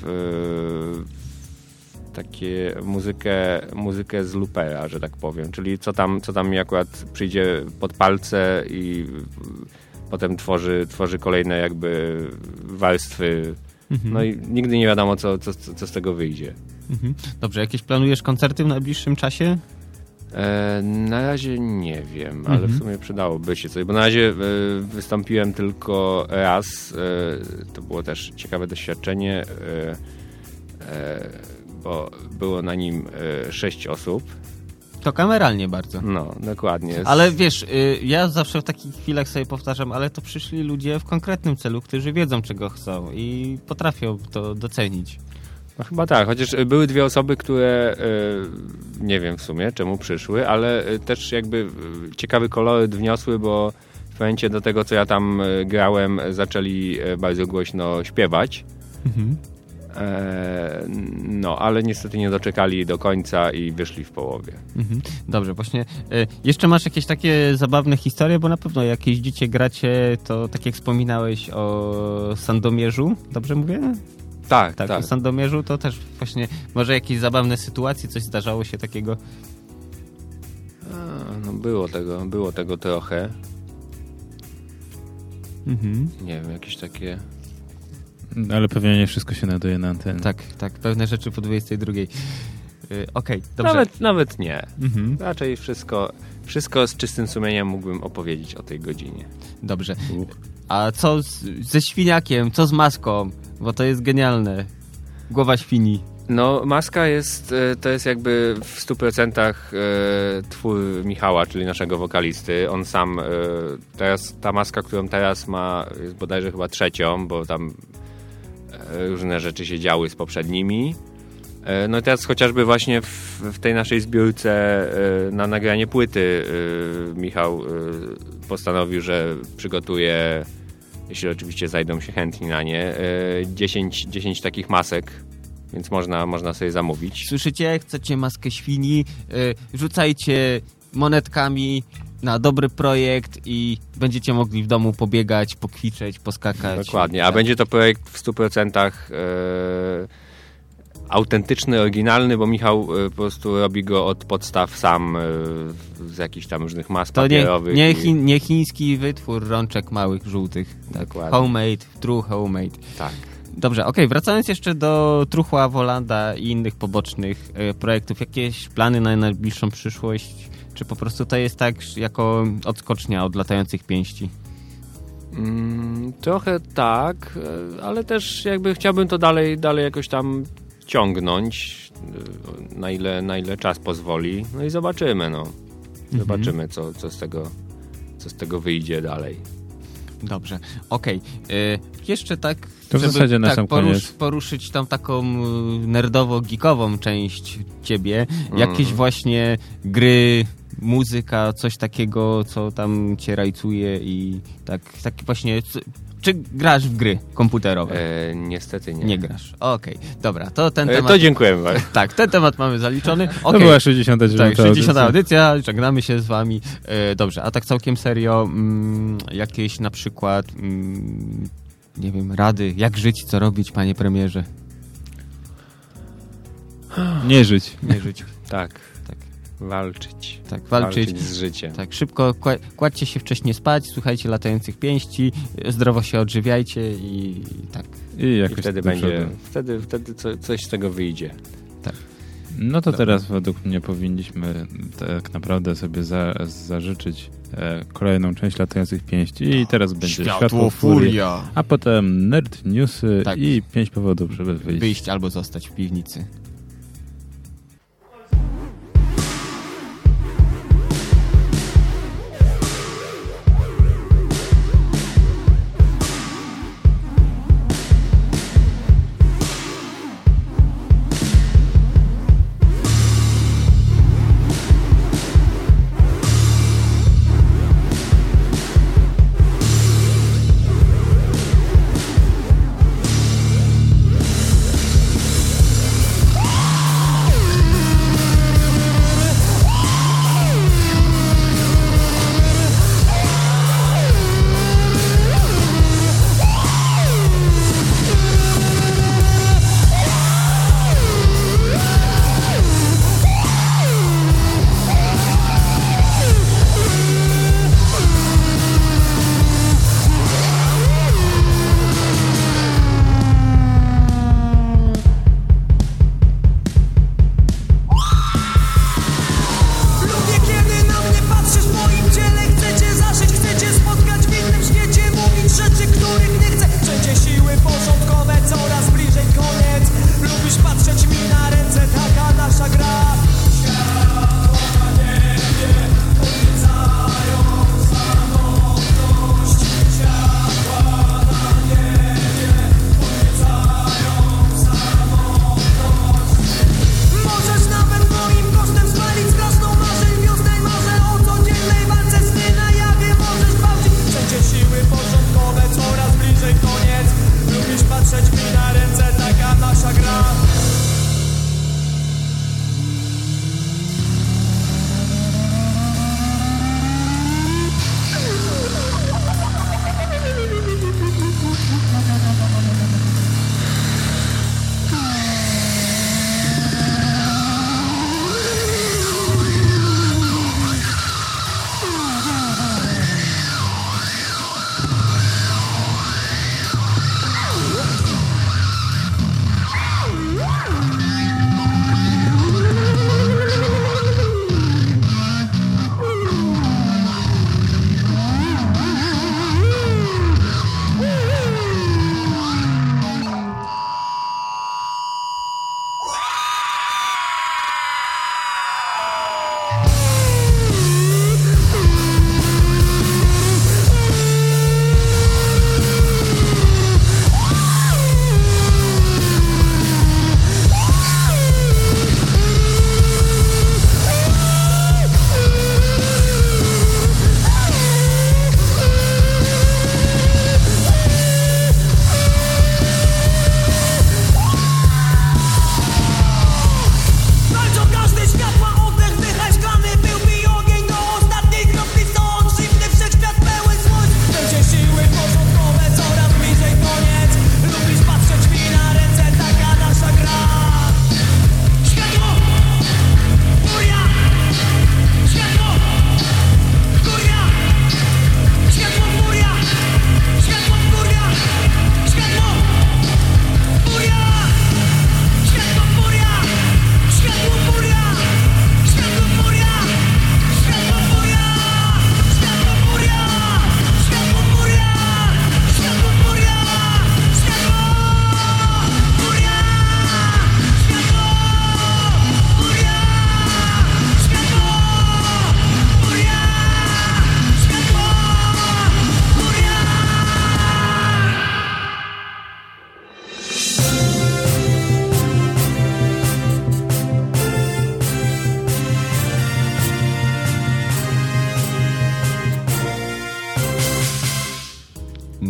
takie muzykę z loopera, że tak powiem, czyli co tam mi akurat przyjdzie pod palce i potem tworzy kolejne jakby warstwy. No i nigdy nie wiadomo, co z tego wyjdzie. Dobrze, jakieś planujesz koncerty w najbliższym czasie? Na razie nie wiem, ale w sumie przydałoby się coś, bo na razie wystąpiłem tylko raz. To było też ciekawe doświadczenie, bo było na nim 6 osób. To kameralnie bardzo. No, dokładnie. Ale wiesz, ja zawsze w takich chwilach sobie powtarzam, ale to przyszli ludzie w konkretnym celu, którzy wiedzą, czego chcą i potrafią to docenić. No chyba tak, chociaż były 2 osoby, które nie wiem w sumie czemu przyszły, ale też jakby ciekawy koloryt wniosły, bo w momencie do tego, co ja tam grałem, zaczęli bardzo głośno śpiewać. No, ale niestety nie doczekali do końca i wyszli w połowie. Dobrze, właśnie jeszcze masz jakieś takie zabawne historie, bo na pewno jak jeździcie, gracie, to tak jak wspominałeś o Sandomierzu, dobrze mówię? Tak. O Sandomierzu to też właśnie może jakieś zabawne sytuacje, coś zdarzało się takiego? No było tego trochę. Nie wiem, jakieś takie... Ale pewnie nie wszystko się nadaje na antenę. Tak, pewne rzeczy po 22. Okej, dobrze. Nawet nie. Raczej wszystko z czystym sumieniem mógłbym opowiedzieć o tej godzinie. Dobrze. A co ze świniakiem? Co z maską? Bo to jest genialne. Głowa świni. No, maska to jest jakby w 100% twór Michała, czyli naszego wokalisty. On sam, teraz ta maska, którą teraz ma, jest bodajże chyba 3, bo tam różne rzeczy się działy z poprzednimi. No i teraz chociażby właśnie w tej naszej zbiórce na nagranie płyty Michał postanowił, że przygotuje, jeśli oczywiście znajdą się chętni na nie, 10 takich masek, więc można sobie zamówić. Słyszycie? Chcecie maskę świni? Rzucajcie monetkami na dobry projekt i będziecie mogli w domu pobiegać, pokwiczeć, poskakać. Dokładnie, a będzie to projekt w 100% autentyczny, oryginalny, bo Michał po prostu robi go od podstaw sam z jakichś tam różnych mas papierowych. Nie chiński wytwór rączek małych, żółtych. Tak. Homemade, true homemade. Tak. Dobrze, okej, wracając jeszcze do Truchła, Wolanda i innych pobocznych projektów, jakieś plany na najbliższą przyszłość? Czy po prostu to jest tak jako odskocznia od latających pięści? Trochę tak, ale też jakby chciałbym to dalej jakoś tam ciągnąć, na ile czas pozwoli. No i zobaczymy, Zobaczymy, co z tego wyjdzie dalej. Dobrze, okej. Jeszcze tak, to w zasadzie na sam koniec poruszyć tą taką nerdowo-geekową część ciebie. Jakieś właśnie gry, muzyka, coś takiego, co tam cię rajcuje i tak właśnie... Czy grasz w gry komputerowe? Niestety nie. Nie grasz. Okej, dobra, to ten temat... To dziękujemy bardzo. Tak, ten temat mamy zaliczony. To była 69. Tak, 60. audycja, żegnamy się z wami. Dobrze, a tak całkiem serio, jakieś na przykład, nie wiem, rady, jak żyć, co robić, panie premierze? Nie żyć. Nie żyć. Tak. Walczyć. Tak, walczyć z życiem. Tak, szybko kładźcie się wcześniej spać, słuchajcie latających pięści, zdrowo się odżywiajcie i tak. I jakoś wtedy będzie, wtedy coś z tego wyjdzie. Tak. No to teraz według mnie powinniśmy tak naprawdę sobie zażyczyć kolejną część latających pięści i teraz będzie Światło Furia, a potem Nerd Newsy i 5 powodów, żeby wyjść albo zostać w piwnicy.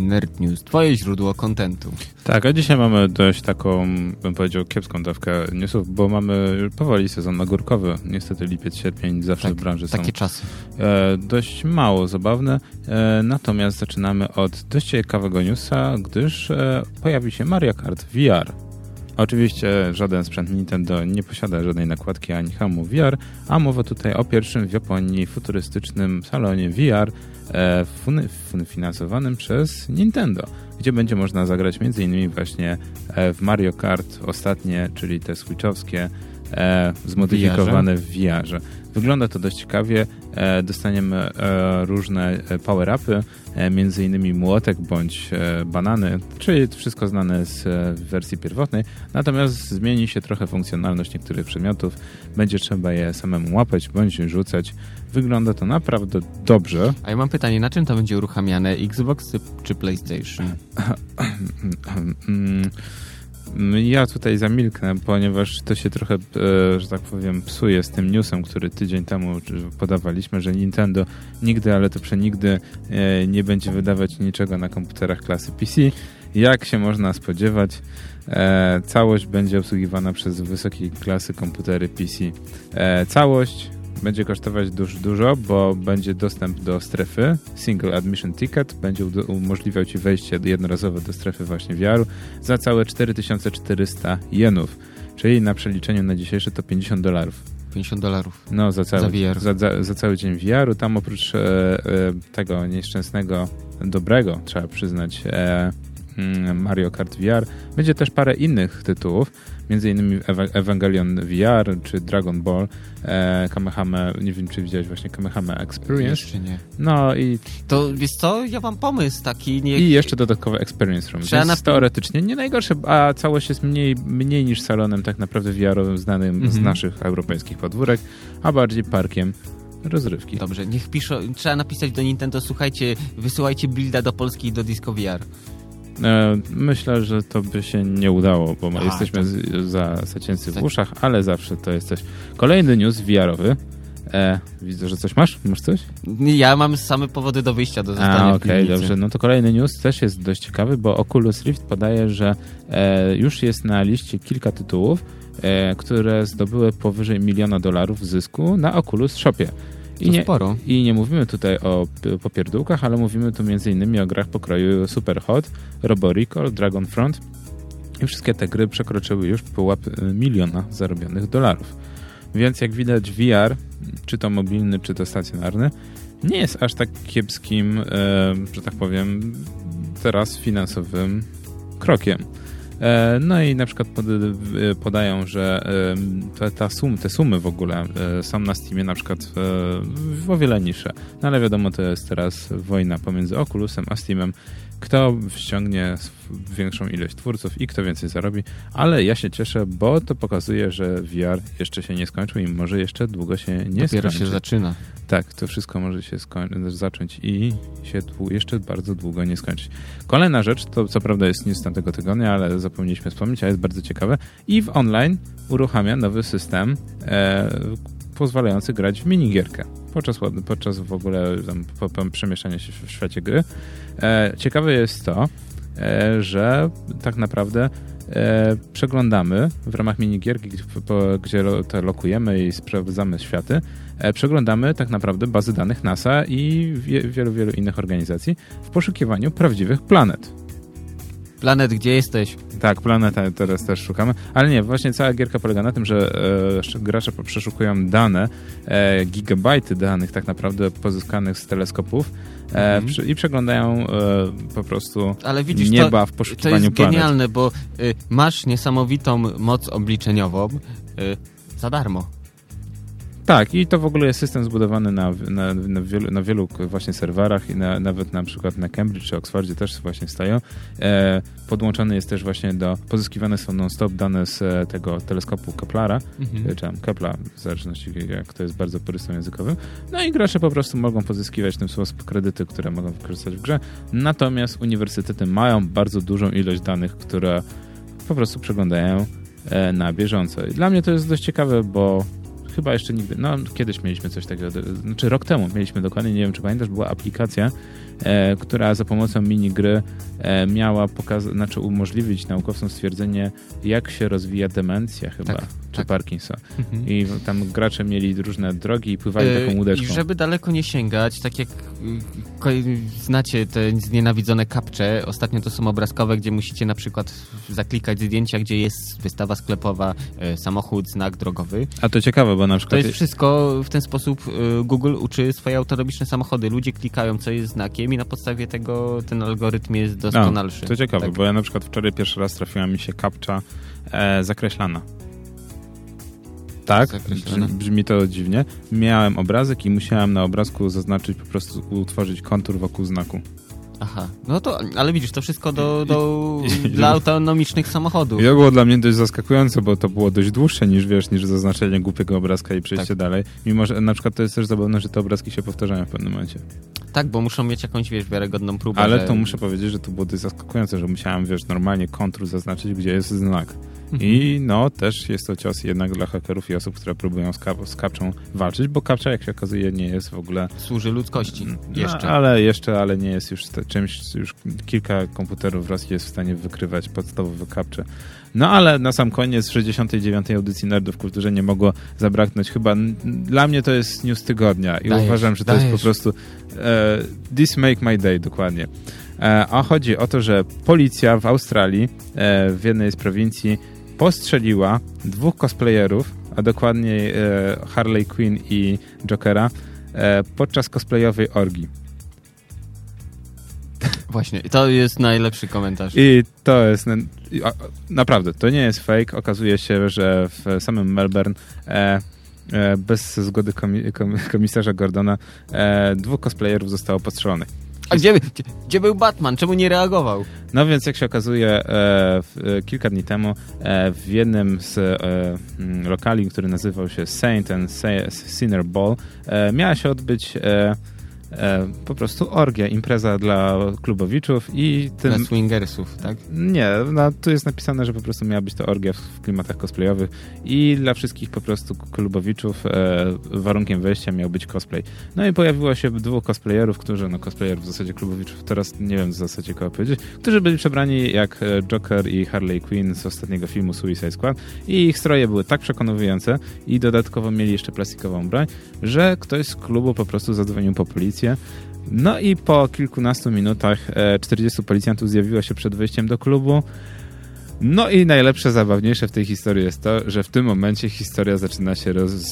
Nerd News, twoje źródło kontentu. Tak, a dzisiaj mamy dość taką, bym powiedział, kiepską dawkę newsów, bo mamy powoli sezon ogórkowy. Niestety lipiec, sierpień zawsze Tak, w branży są takie czasy. dość mało zabawne. Natomiast zaczynamy od dość ciekawego newsa, gdyż pojawi się Mario Kart VR. Oczywiście żaden sprzęt Nintendo nie posiada żadnej nakładki ani hamu VR, a mowa tutaj o pierwszym w Japonii futurystycznym salonie VR finansowanym przez Nintendo, gdzie będzie można zagrać m.in. właśnie w Mario Kart ostatnie, czyli te switchowskie, zmodyfikowane w VR-ze. Wygląda to dość ciekawie. Dostaniemy różne power-upy, między innymi młotek bądź banany, czyli wszystko znane z wersji pierwotnej. Natomiast zmieni się trochę funkcjonalność niektórych przedmiotów. Będzie trzeba je samemu łapać bądź rzucać. Wygląda to naprawdę dobrze. A ja mam pytanie, na czym to będzie uruchamiane? Xbox czy PlayStation? Ja tutaj zamilknę, ponieważ to się trochę, że tak powiem, psuje z tym newsem, który tydzień temu podawaliśmy, że Nintendo nigdy, ale to przenigdy nie będzie wydawać niczego na komputerach klasy PC. Jak się można spodziewać, całość będzie obsługiwana przez wysokiej klasy komputery PC. Całość będzie kosztować dużo, bo będzie dostęp do strefy Single Admission Ticket, będzie umożliwiał Ci wejście jednorazowe do strefy właśnie VR-u za całe 4400 jenów, czyli na przeliczeniu na dzisiejsze to $50. $50. No, za cały dzień VR-u. Tam oprócz tego nieszczęsnego, dobrego, trzeba przyznać, Mario Kart VR, będzie też parę innych tytułów, między innymi Evangelion VR czy Dragon Ball, Kamehame, nie wiem czy widziałeś właśnie Kamehame Experience. Jeszcze nie. No i... To wiesz co, ja mam pomysł taki... I jeszcze dodatkowe Experience Room, więc teoretycznie nie najgorsze, a całość jest mniej niż salonem tak naprawdę VR-owym znanym z naszych europejskich podwórek, a bardziej parkiem rozrywki. Dobrze, niech piszą, trzeba napisać do Nintendo, słuchajcie, wysyłajcie builda do Polski i do Disco VR. Myślę, że to by się nie udało, bo jesteśmy za cięcy w uszach, ale zawsze to jest coś. Kolejny news VR-owy. Widzę, że coś masz? Masz coś? Ja mam same powody do wyjścia, do zostania w piwnicy. Dobrze. No to kolejny news też jest dość ciekawy, bo Oculus Rift podaje, że już jest na liście kilka tytułów, które zdobyły powyżej $1 miliona zysku na Oculus Shopie. I nie mówimy tutaj o popierdółkach, ale mówimy tu m.in. o grach pokroju Superhot, Robo Recall, Dragonfront i wszystkie te gry przekroczyły już pułap $1 miliona zarobionych. Więc jak widać VR, czy to mobilny, czy to stacjonarny, nie jest aż tak kiepskim, że tak powiem, teraz finansowym krokiem. No i na przykład podają, że te sumy w ogóle są na Steamie na przykład o wiele niższe. No ale wiadomo, to jest teraz wojna pomiędzy Oculusem a Steamem. Kto ściągnie większą ilość twórców i kto więcej zarobi. Ale ja się cieszę, bo to pokazuje, że VR jeszcze się nie skończył i może jeszcze długo się nie skończyć. Dopiero się zaczyna. Tak, to wszystko może się zacząć i się jeszcze bardzo długo nie skończyć. Kolejna rzecz, to co prawda jest news z tamtego tygodnia, ale zapomnieliśmy wspomnieć, a jest bardzo ciekawe. EVE Online uruchamia nowy system pozwalający grać w minigierkę podczas w ogóle przemieszczania się w świecie gry. Ciekawe jest to, że tak naprawdę przeglądamy w ramach minigierki, gdzie to lokujemy i sprawdzamy światy, przeglądamy tak naprawdę bazy danych NASA i wielu innych organizacji w poszukiwaniu prawdziwych planet. Planet, gdzie jesteś? Tak, planetę teraz też szukamy, ale nie, właśnie cała gierka polega na tym, że gracze przeszukują dane, gigabajty danych tak naprawdę pozyskanych z teleskopów i przeglądają po prostu ale widzisz, nieba w poszukiwaniu planet. To jest genialne, bo masz niesamowitą moc obliczeniową za darmo. Tak, i to w ogóle jest system zbudowany na wielu właśnie serwerach i nawet na przykład na Cambridge czy Oxfordzie też właśnie stoją. Podłączony jest też właśnie pozyskiwane są non-stop dane z tego teleskopu Keplara, czy tam Kepla, w zależności jak to jest bardzo purystą językowym. No i gracze po prostu mogą pozyskiwać w ten sposób kredyty, które mogą wykorzystać w grze. Natomiast uniwersytety mają bardzo dużą ilość danych, które po prostu przeglądają na bieżąco. I dla mnie to jest dość ciekawe, bo chyba jeszcze nigdy, no kiedyś mieliśmy coś takiego, znaczy rok temu mieliśmy dokładnie, nie wiem czy pamiętasz, była aplikacja, która za pomocą minigry miała umożliwić naukowcom stwierdzenie, jak się rozwija demencja chyba, Tak, czy tak. Parkinson. I tam gracze mieli różne drogi i pływali taką łódeczką. I żeby daleko nie sięgać, tak jak znacie te znienawidzone kapcze, ostatnio to są obrazkowe, gdzie musicie na przykład zaklikać zdjęcia, gdzie jest wystawa sklepowa, samochód, znak drogowy. A to ciekawe, bo na To przykład... jest wszystko w ten sposób Google uczy swoje autonomiczne samochody. Ludzie klikają, co jest znakiem i na podstawie tego ten algorytm jest doskonalszy. To ciekawe, Tak. bo ja na przykład wczoraj pierwszy raz trafiła mi się kapcza zakreślana. Tak, Zakreślana. brzmi to dziwnie. Miałem obrazek i musiałem na obrazku zaznaczyć, po prostu utworzyć kontur wokół znaku. Aha, no to, ale widzisz, to wszystko dla autonomicznych samochodów. I to było dla mnie dość zaskakujące, bo to było dość dłuższe niż zaznaczenie głupiego obrazka i przejście Tak. dalej. Mimo, że na przykład to jest też zabawne, że te obrazki się powtarzają w pewnym momencie. Tak, bo muszą mieć jakąś, wiarygodną próbę. Ale że... to muszę powiedzieć, że to było dość zaskakujące, że musiałem, normalnie kontur zaznaczyć, gdzie jest znak. I no, też jest to cios jednak dla hakerów i osób, które próbują z kapczą walczyć, bo kapcza, jak się okazuje, nie jest w ogóle... Służy ludzkości. Jeszcze. Ale nie jest już czymś, już kilka komputerów w Rosji jest w stanie wykrywać podstawowe kapcze. No ale na sam koniec 69. audycji Nerdów w Kulturze nie mogło zabraknąć chyba, dla mnie to jest news tygodnia i uważam, że to jest po prostu this make my day, dokładnie. A chodzi o to, że policja w Australii, w jednej z prowincji, postrzeliła 2 cosplayerów, a dokładniej Harley Quinn i Jokera, podczas cosplayowej orgii. Właśnie, to jest najlepszy komentarz. I to jest... Naprawdę, to nie jest fake. Okazuje się, że w samym Melbourne bez zgody komisarza Gordona 2 cosplayerów zostało postrzelonych. A gdzie był Batman? Czemu nie reagował? No więc jak się okazuje, kilka dni temu w jednym z lokali, który nazywał się Saint and Sinner Ball, miała się odbyć po prostu orgia, impreza dla klubowiczów i Dla swingersów, tak? Nie, tu jest napisane, że po prostu miała być to orgia w klimatach cosplayowych i dla wszystkich po prostu klubowiczów warunkiem wejścia miał być cosplay. No i pojawiło się 2 cosplayerów, cosplayerów w zasadzie klubowiczów, teraz nie wiem w zasadzie kogo powiedzieć, którzy byli przebrani jak Joker i Harley Quinn z ostatniego filmu Suicide Squad i ich stroje były tak przekonujące i dodatkowo mieli jeszcze plastikową broń, że ktoś z klubu po prostu zadzwonił po policję. No i po kilkunastu minutach 40 policjantów zjawiło się przed wejściem do klubu. No i najlepsze, zabawniejsze w tej historii jest to, że w tym momencie historia zaczyna się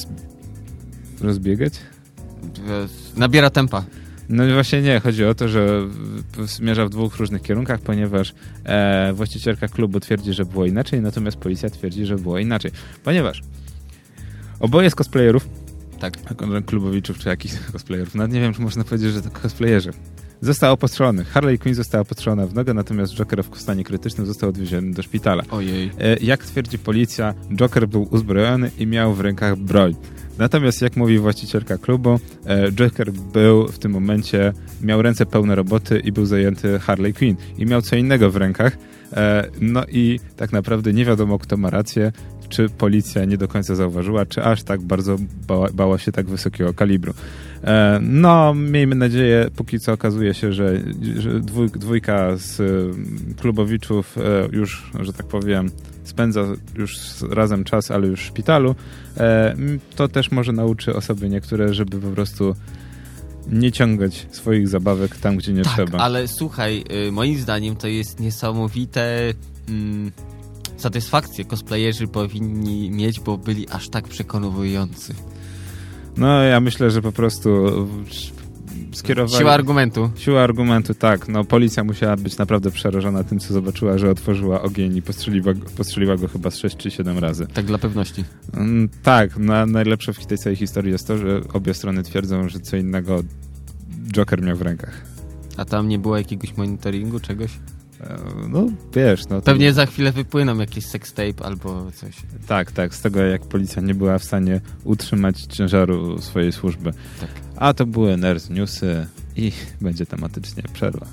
rozbiegać. Nabiera tempa. No właśnie nie, chodzi o to, że zmierza w 2 różnych kierunkach, ponieważ właścicielka klubu twierdzi, że było inaczej, natomiast policja twierdzi, że było inaczej. Ponieważ oboje z cosplayerów, Tak. klubowiczów czy jakichś cosplayerów, nawet nie wiem, czy można powiedzieć, że to cosplayerzy, zostało postrzelony. Harley Quinn została postrzelona w nogę, natomiast Joker w stanie krytycznym został odwieziony do szpitala. Ojej. Jak twierdzi policja, Joker był uzbrojony i miał w rękach broń. Natomiast jak mówi właścicielka klubu, Joker był w tym momencie, miał ręce pełne roboty i był zajęty Harley Quinn i miał co innego w rękach. No i tak naprawdę nie wiadomo, kto ma rację, czy policja nie do końca zauważyła, czy aż tak bardzo bała się tak wysokiego kalibru. No, miejmy nadzieję, póki co okazuje się, że dwójka z klubowiczów już, że tak powiem, spędza już razem czas, ale już w szpitalu. To też może nauczy osoby niektóre, żeby po prostu nie ciągać swoich zabawek tam, gdzie nie trzeba. Ale słuchaj, moim zdaniem to jest niesamowite satysfakcję cosplayerzy powinni mieć, bo byli aż tak przekonujący. No, ja myślę, że po prostu skierowali... Siła argumentu, tak. No, policja musiała być naprawdę przerażona tym, co zobaczyła, że otworzyła ogień i postrzeliła go chyba z 6 czy 7 razy. Tak dla pewności. Tak, najlepsze w tej całej historii jest to, że obie strony twierdzą, że co innego Joker miał w rękach. A tam nie było jakiegoś monitoringu, czegoś? No, wiesz... No, pewnie za chwilę wypłyną jakieś sextape albo coś. Tak, z tego jak policja nie była w stanie utrzymać ciężaru swojej służby. Tak. A to były Nerd Newsy i będzie tematycznie przerwa.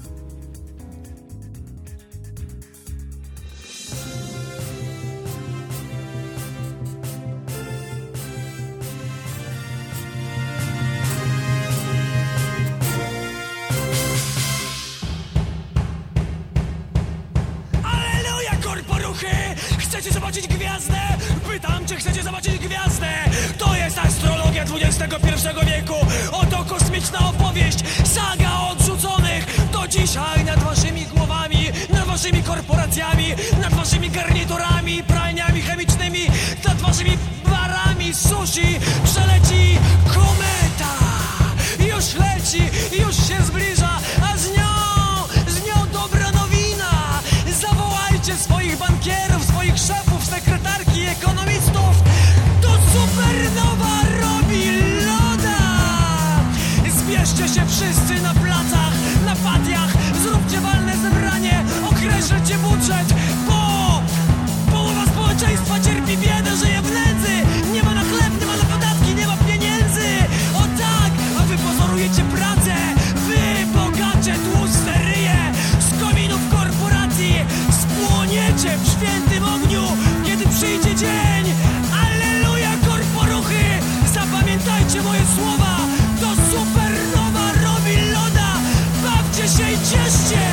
korporuchy! Chcecie zobaczyć gwiazdę? Pytam, czy chcecie zobaczyć gwiazdę? To jest astrologia XXI wieku. Oto kosmiczna opowieść, saga o odrzuconych. Do dzisiaj nad waszymi głowami, nad waszymi korporacjami, nad waszymi garniturami, pralniami chemicznymi, nad waszymi barami sushi przeleci kometa. Już leci, już się zbliża, a z nią dobra nowina. Zawołajcie swoich bankierów, swoich szefów, sekretarki, ekonomistów. To supernowa robi loda. Zbierzcie się wszyscy na placach, na patiach, zróbcie walne zebranie, określcie budżet, bo połowa społeczeństwa cierpi biedę, żyje w nędzy. Nie ma na chleb, nie ma na podatki, nie ma pieniędzy. O tak, a wy pozorujecie pracę, wy bogacze tłuste ryje z kominów korporacji spłoniecie w świętym ogniu, kiedy przyjdzie dzień. Alleluja, korporuchy, zapamiętajcie moje słowa. To supernowa robi loda. Bawcie się i cieszcie.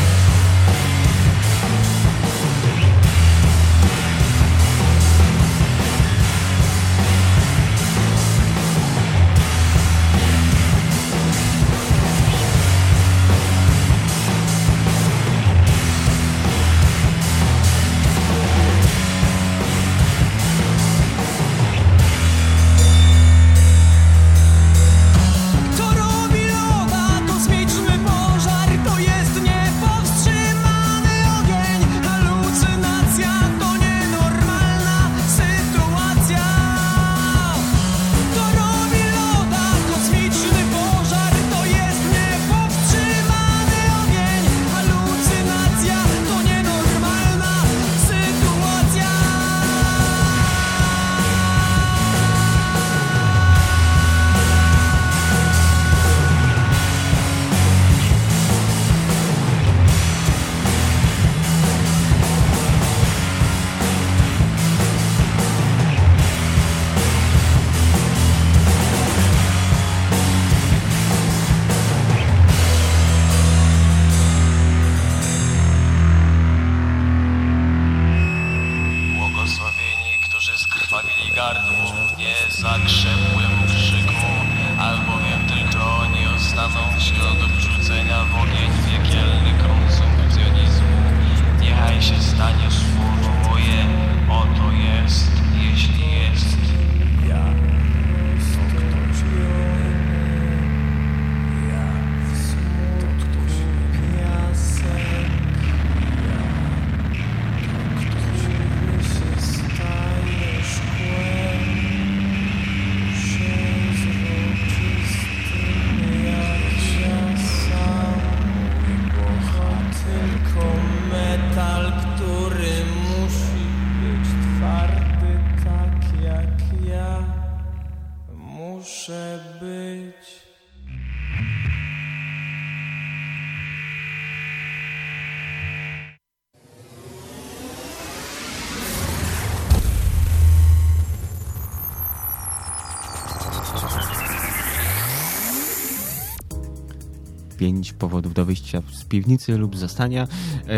Pięć powodów do wyjścia z piwnicy lub zostania,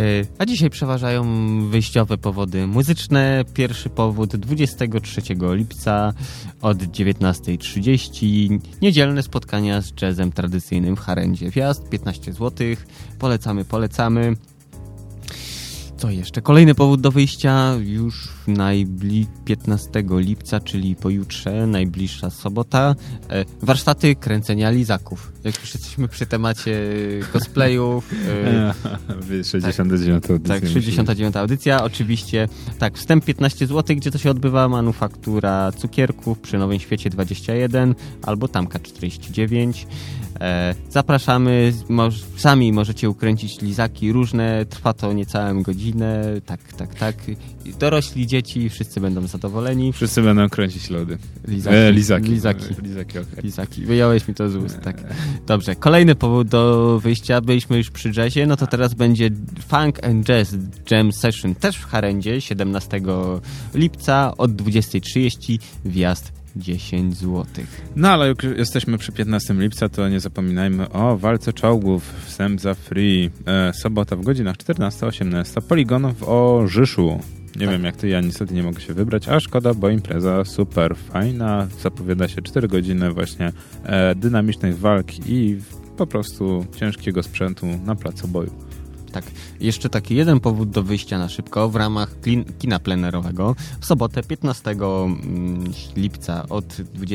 a dzisiaj przeważają wyjściowe powody muzyczne. Pierwszy powód 23 lipca od 19:30 niedzielne spotkania z jazzem tradycyjnym w Harendzie. Wjazd 15 zł, polecamy. Co jeszcze? Kolejny powód do wyjścia już 15 lipca, czyli pojutrze, najbliższa sobota. Warsztaty kręcenia lizaków. Jak już jesteśmy przy temacie cosplayów. 69. audycja. Tak, 69. audycja. Oczywiście, tak, wstęp 15 zł, gdzie to się odbywa? Manufaktura cukierków przy Nowym Świecie 21 albo Tamka 49. Zapraszamy, sami możecie ukręcić lizaki różne, trwa to niecałą godzinę, tak. Dorośli, dzieci, wszyscy będą zadowoleni. Wszyscy będą kręcić lody. Lizaki. Wyjąłeś mi to z ust, tak. Dobrze, kolejny powód do wyjścia, byliśmy już przy jazzie, no to teraz będzie Funk and Jazz Jam Session, też w Harendzie, 17 lipca od 20:30, wjazd 10 zł. No ale jak jesteśmy przy 15 lipca, to nie zapominajmy o walce czołgów, wstęp za free. Sobota w godzinach 14-18, Poligon w Orzyszu. Nie wiem jak ty, ja niestety nie mogę się wybrać, a szkoda, bo impreza super fajna, zapowiada się 4 godziny właśnie dynamicznych walk i po prostu ciężkiego sprzętu na placu boju. Tak. Jeszcze taki jeden powód do wyjścia na szybko w ramach kina plenerowego. W sobotę 15 lipca od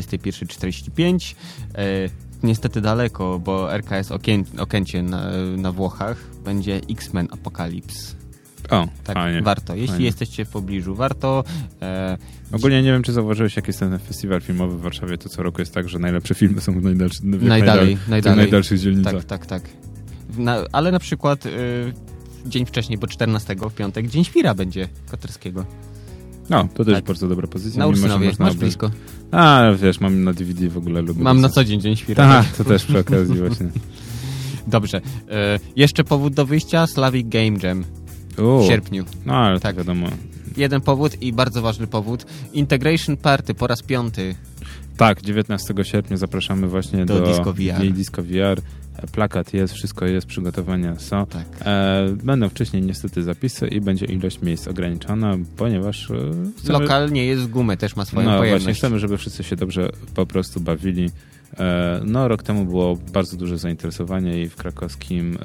21:45. Niestety daleko, bo RKS Okęcie na Włochach będzie X-Men Apocalypse. O, Tak, fajnie. warto. Jeśli Fajnie. jesteście w pobliżu, warto. Ogólnie nie wiem, czy zauważyłeś, jak jest ten festiwal filmowy w Warszawie, to co roku jest tak, że najlepsze filmy są w najdalszych dzielnicach. Tak. Ale na przykład dzień wcześniej, bo 14 w piątek, Dzień Świra będzie Koterskiego. No, to też Tak. bardzo dobra pozycja. Na mimo, że Ursynowie, można masz obejrzeć. blisko. A, wiesz, mam na DVD w ogóle lubię. Mam na dosyć. co dzień Dzień Świra. Aha, to też przy okazji właśnie. Dobrze. Jeszcze powód do wyjścia, Slavic Game Jam w sierpniu. No, ale Tak. to wiadomo. Jeden powód i bardzo ważny powód. Integration Party po raz 5. Tak, 19 sierpnia zapraszamy właśnie Do do Disco VR. Disco VR. Plakat jest, wszystko jest, przygotowania są. Tak. Będą wcześniej niestety zapisy i będzie ilość miejsc ograniczona, ponieważ chcemy, Lokal nie jest z gumy, też ma swoją pojemność. właśnie chcemy, żeby wszyscy się dobrze po prostu bawili. Rok temu było bardzo duże zainteresowanie i w krakowskim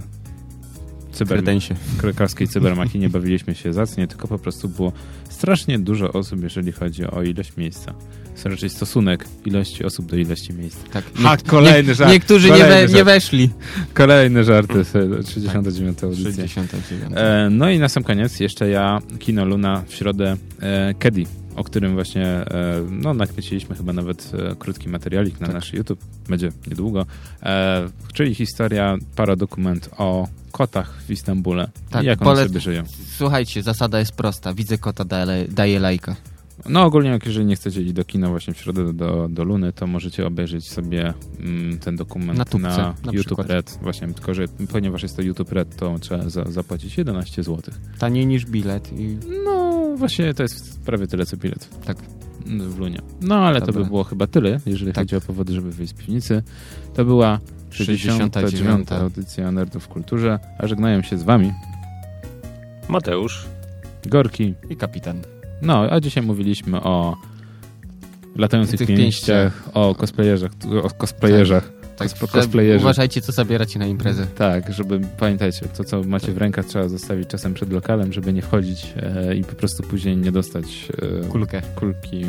Kredensie. krakowskiej cybermachinie bawiliśmy się zacnie, tylko po prostu było strasznie dużo osób, jeżeli chodzi o ilość miejsca. To raczej stosunek ilości osób do ilości miejsc. Tak. Kolejny żart. Niektórzy nie weszli. Kolejny żart, 39. audycja. 69. No i na sam koniec jeszcze Kino Luna w środę Kedi, o którym właśnie nakręciliśmy chyba nawet krótki materialik na nasz YouTube, będzie niedługo, czyli historia, paradokument o kotach w Istambule i jak one sobie żyją. Słuchajcie, zasada jest prosta. Widzę kota, daję lajka. No ogólnie, jeżeli nie chcecie iść do kina właśnie w środę do Luny, to możecie obejrzeć sobie ten dokument na tubce, na YouTube przykład. Red. Właśnie, tylko że ponieważ jest to YouTube Red, to trzeba zapłacić 11 zł. Taniej niż bilet. No właśnie to jest prawie tyle co bilet. Tak. W Lunie. No ale Dobra. to by było chyba tyle, jeżeli Tak. chodzi o powody, żeby wyjść z piwnicy. To była 69. audycja Nerdów w Kulturze, a żegnają się z wami Mateusz. Gorki. I kapitan. No, a dzisiaj mówiliśmy o latających Tych pięściach, o cosplayerzach. Tak, Cosplayerzy. uważajcie, co zabieracie na imprezę. Tak, żeby pamiętajcie, to co macie w rękach trzeba zostawić czasem przed lokalem, żeby nie wchodzić i po prostu później nie dostać kulki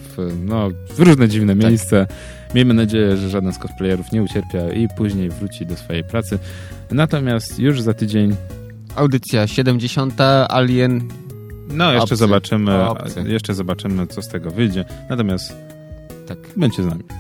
w różne dziwne miejsca. Miejmy nadzieję, że żaden z cosplayerów nie ucierpia i później wróci do swojej pracy. Natomiast już za tydzień Audycja 70. Alien. no jeszcze Obcy. zobaczymy, co z tego wyjdzie. Natomiast Tak. bądźcie z nami.